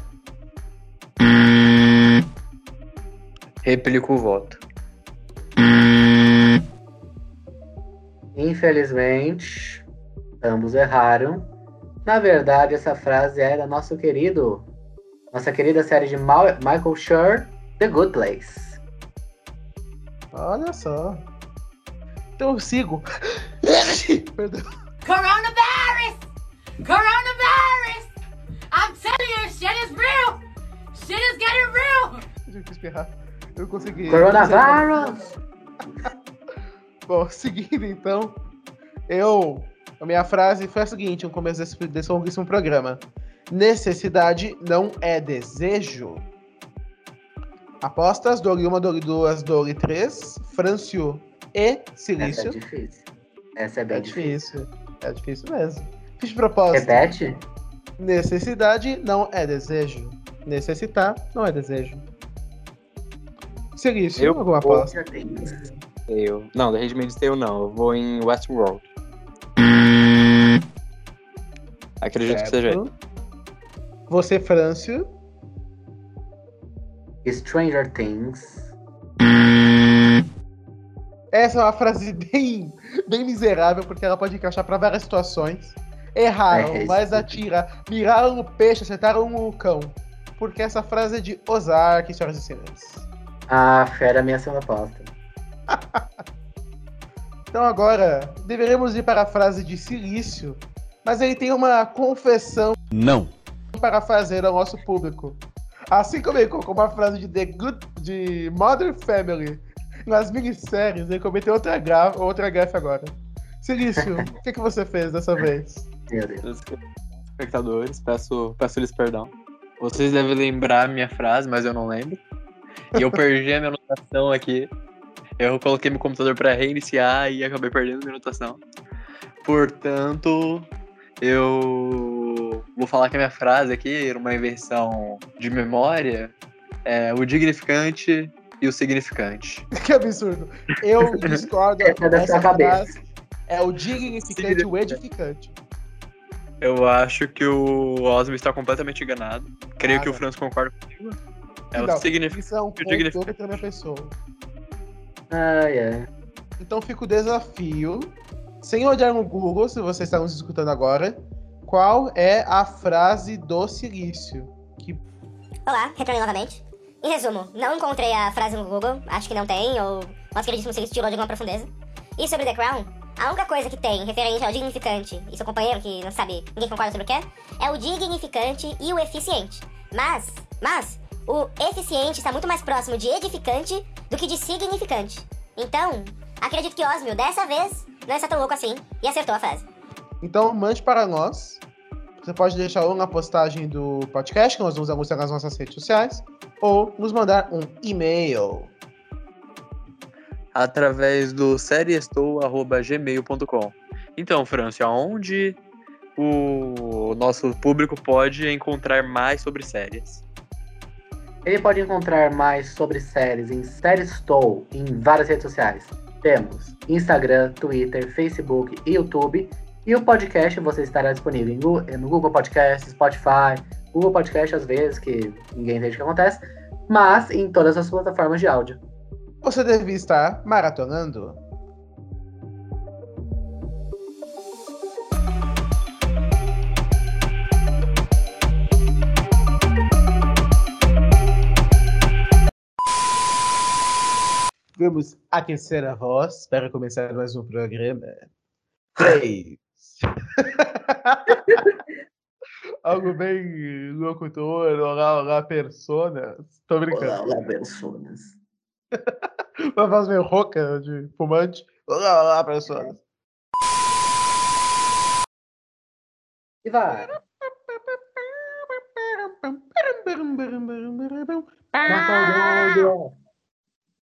Replico o voto. Infelizmente, ambos erraram. Na verdade, essa frase é da nosso querido, nossa querida série de Ma- Michael Schur, The Good Place. Olha só. Então eu sigo. Perdão. Coronavirus! Coronavirus! I'm telling you, shit is real! Shit is getting real! Eu tive que espirrar. Eu consegui. Coronavirus! Bom, seguindo então, eu. A minha frase foi a seguinte no começo desse, desse longuíssimo programa: necessidade não é desejo. Apostas, Dole uma, Dole duas, Dole três, Frâncio e Essa é Silício. difícil. Essa é bem É difícil. difícil. É difícil mesmo. Fiz de propósito. Repete? Necessidade não é desejo. Necessitar não é desejo. Silício, Eu alguma vou- aposta? Eu. Não, da Handmaid's Tale não. Eu vou em Westworld. Acredito que seja ele. Certo. Você, Frâncio. Stranger Things. Essa é uma frase bem, bem miserável, porque ela pode encaixar para várias situações. Erraram, É, mas isso. atira. Miraram no peixe, acertaram no cão. Porque essa frase é de Ozark, senhoras e senhores. Ah, fera, minha segunda aposta. Então agora, deveremos ir para a frase de Silício, mas ele tem uma confessão Não. para fazer ao nosso público. Assim como ele colocou uma frase de The Good, de Modern Family nas minisséries, ele cometeu outra gafe, outra gafe agora. Silício, o que, que você fez dessa vez? Meu Deus. Espectadores, peço, peço lhes perdão. Vocês devem lembrar a minha frase, mas eu não lembro. E eu perdi a minha anotação aqui. Eu coloquei meu computador para reiniciar e acabei perdendo a minha anotação. Portanto, eu vou falar que a minha frase aqui, numa invenção de memória, é o dignificante e o significante. Que absurdo. Eu discordo Essa é da dessa sua cabeça. frase. É o dignificante e o edificante. Eu acho que o Osmo está completamente enganado. Creio Ah, que o não. Franz concorda comigo. É Não, o significante. isso é um e o dignificante. complô contra a minha pessoa. Ai, ai. Então fica o desafio, sem olhar no Google, se você está nos escutando agora, qual é a frase do Silício? Que Olá, retornei novamente. Em resumo, não encontrei a frase no Google, acho que não tem, ou nosso queridíssimo Silício tirou de alguma profundeza. E sobre The Crown, a única coisa que tem referente ao dignificante e seu companheiro, que não sabe, ninguém concorda sobre o que é, é o dignificante e o eficiente. Mas, mas, o eficiente está muito mais próximo de edificante do que de significante. Então, acredito que Osmio, dessa vez, não está tão louco assim e acertou a frase. Então, mande para nós. Você pode deixar ou na postagem do podcast, que nós vamos anunciar nas nossas redes sociais, ou nos mandar um e-mail. Através do seriestou arroba gmail ponto com. Então, Francio, aonde o nosso público pode encontrar mais sobre séries? Ele pode encontrar mais sobre séries em Seriestou em várias redes sociais. Temos Instagram, Twitter, Facebook e YouTube. E o podcast você estará disponível em Gu- no Google Podcast, Spotify, Google Podcast às vezes, que ninguém entende o que acontece, mas em todas as plataformas de áudio. Você deve estar maratonando. Vamos aquecer a voz para começar mais um programa. Três. Algo bem locutor, olá, olá, personas. Tô brincando. Olá, pessoas. Uma voz meio rouca de fumante. Olá, olá, personas. E vai. Marco Douglas.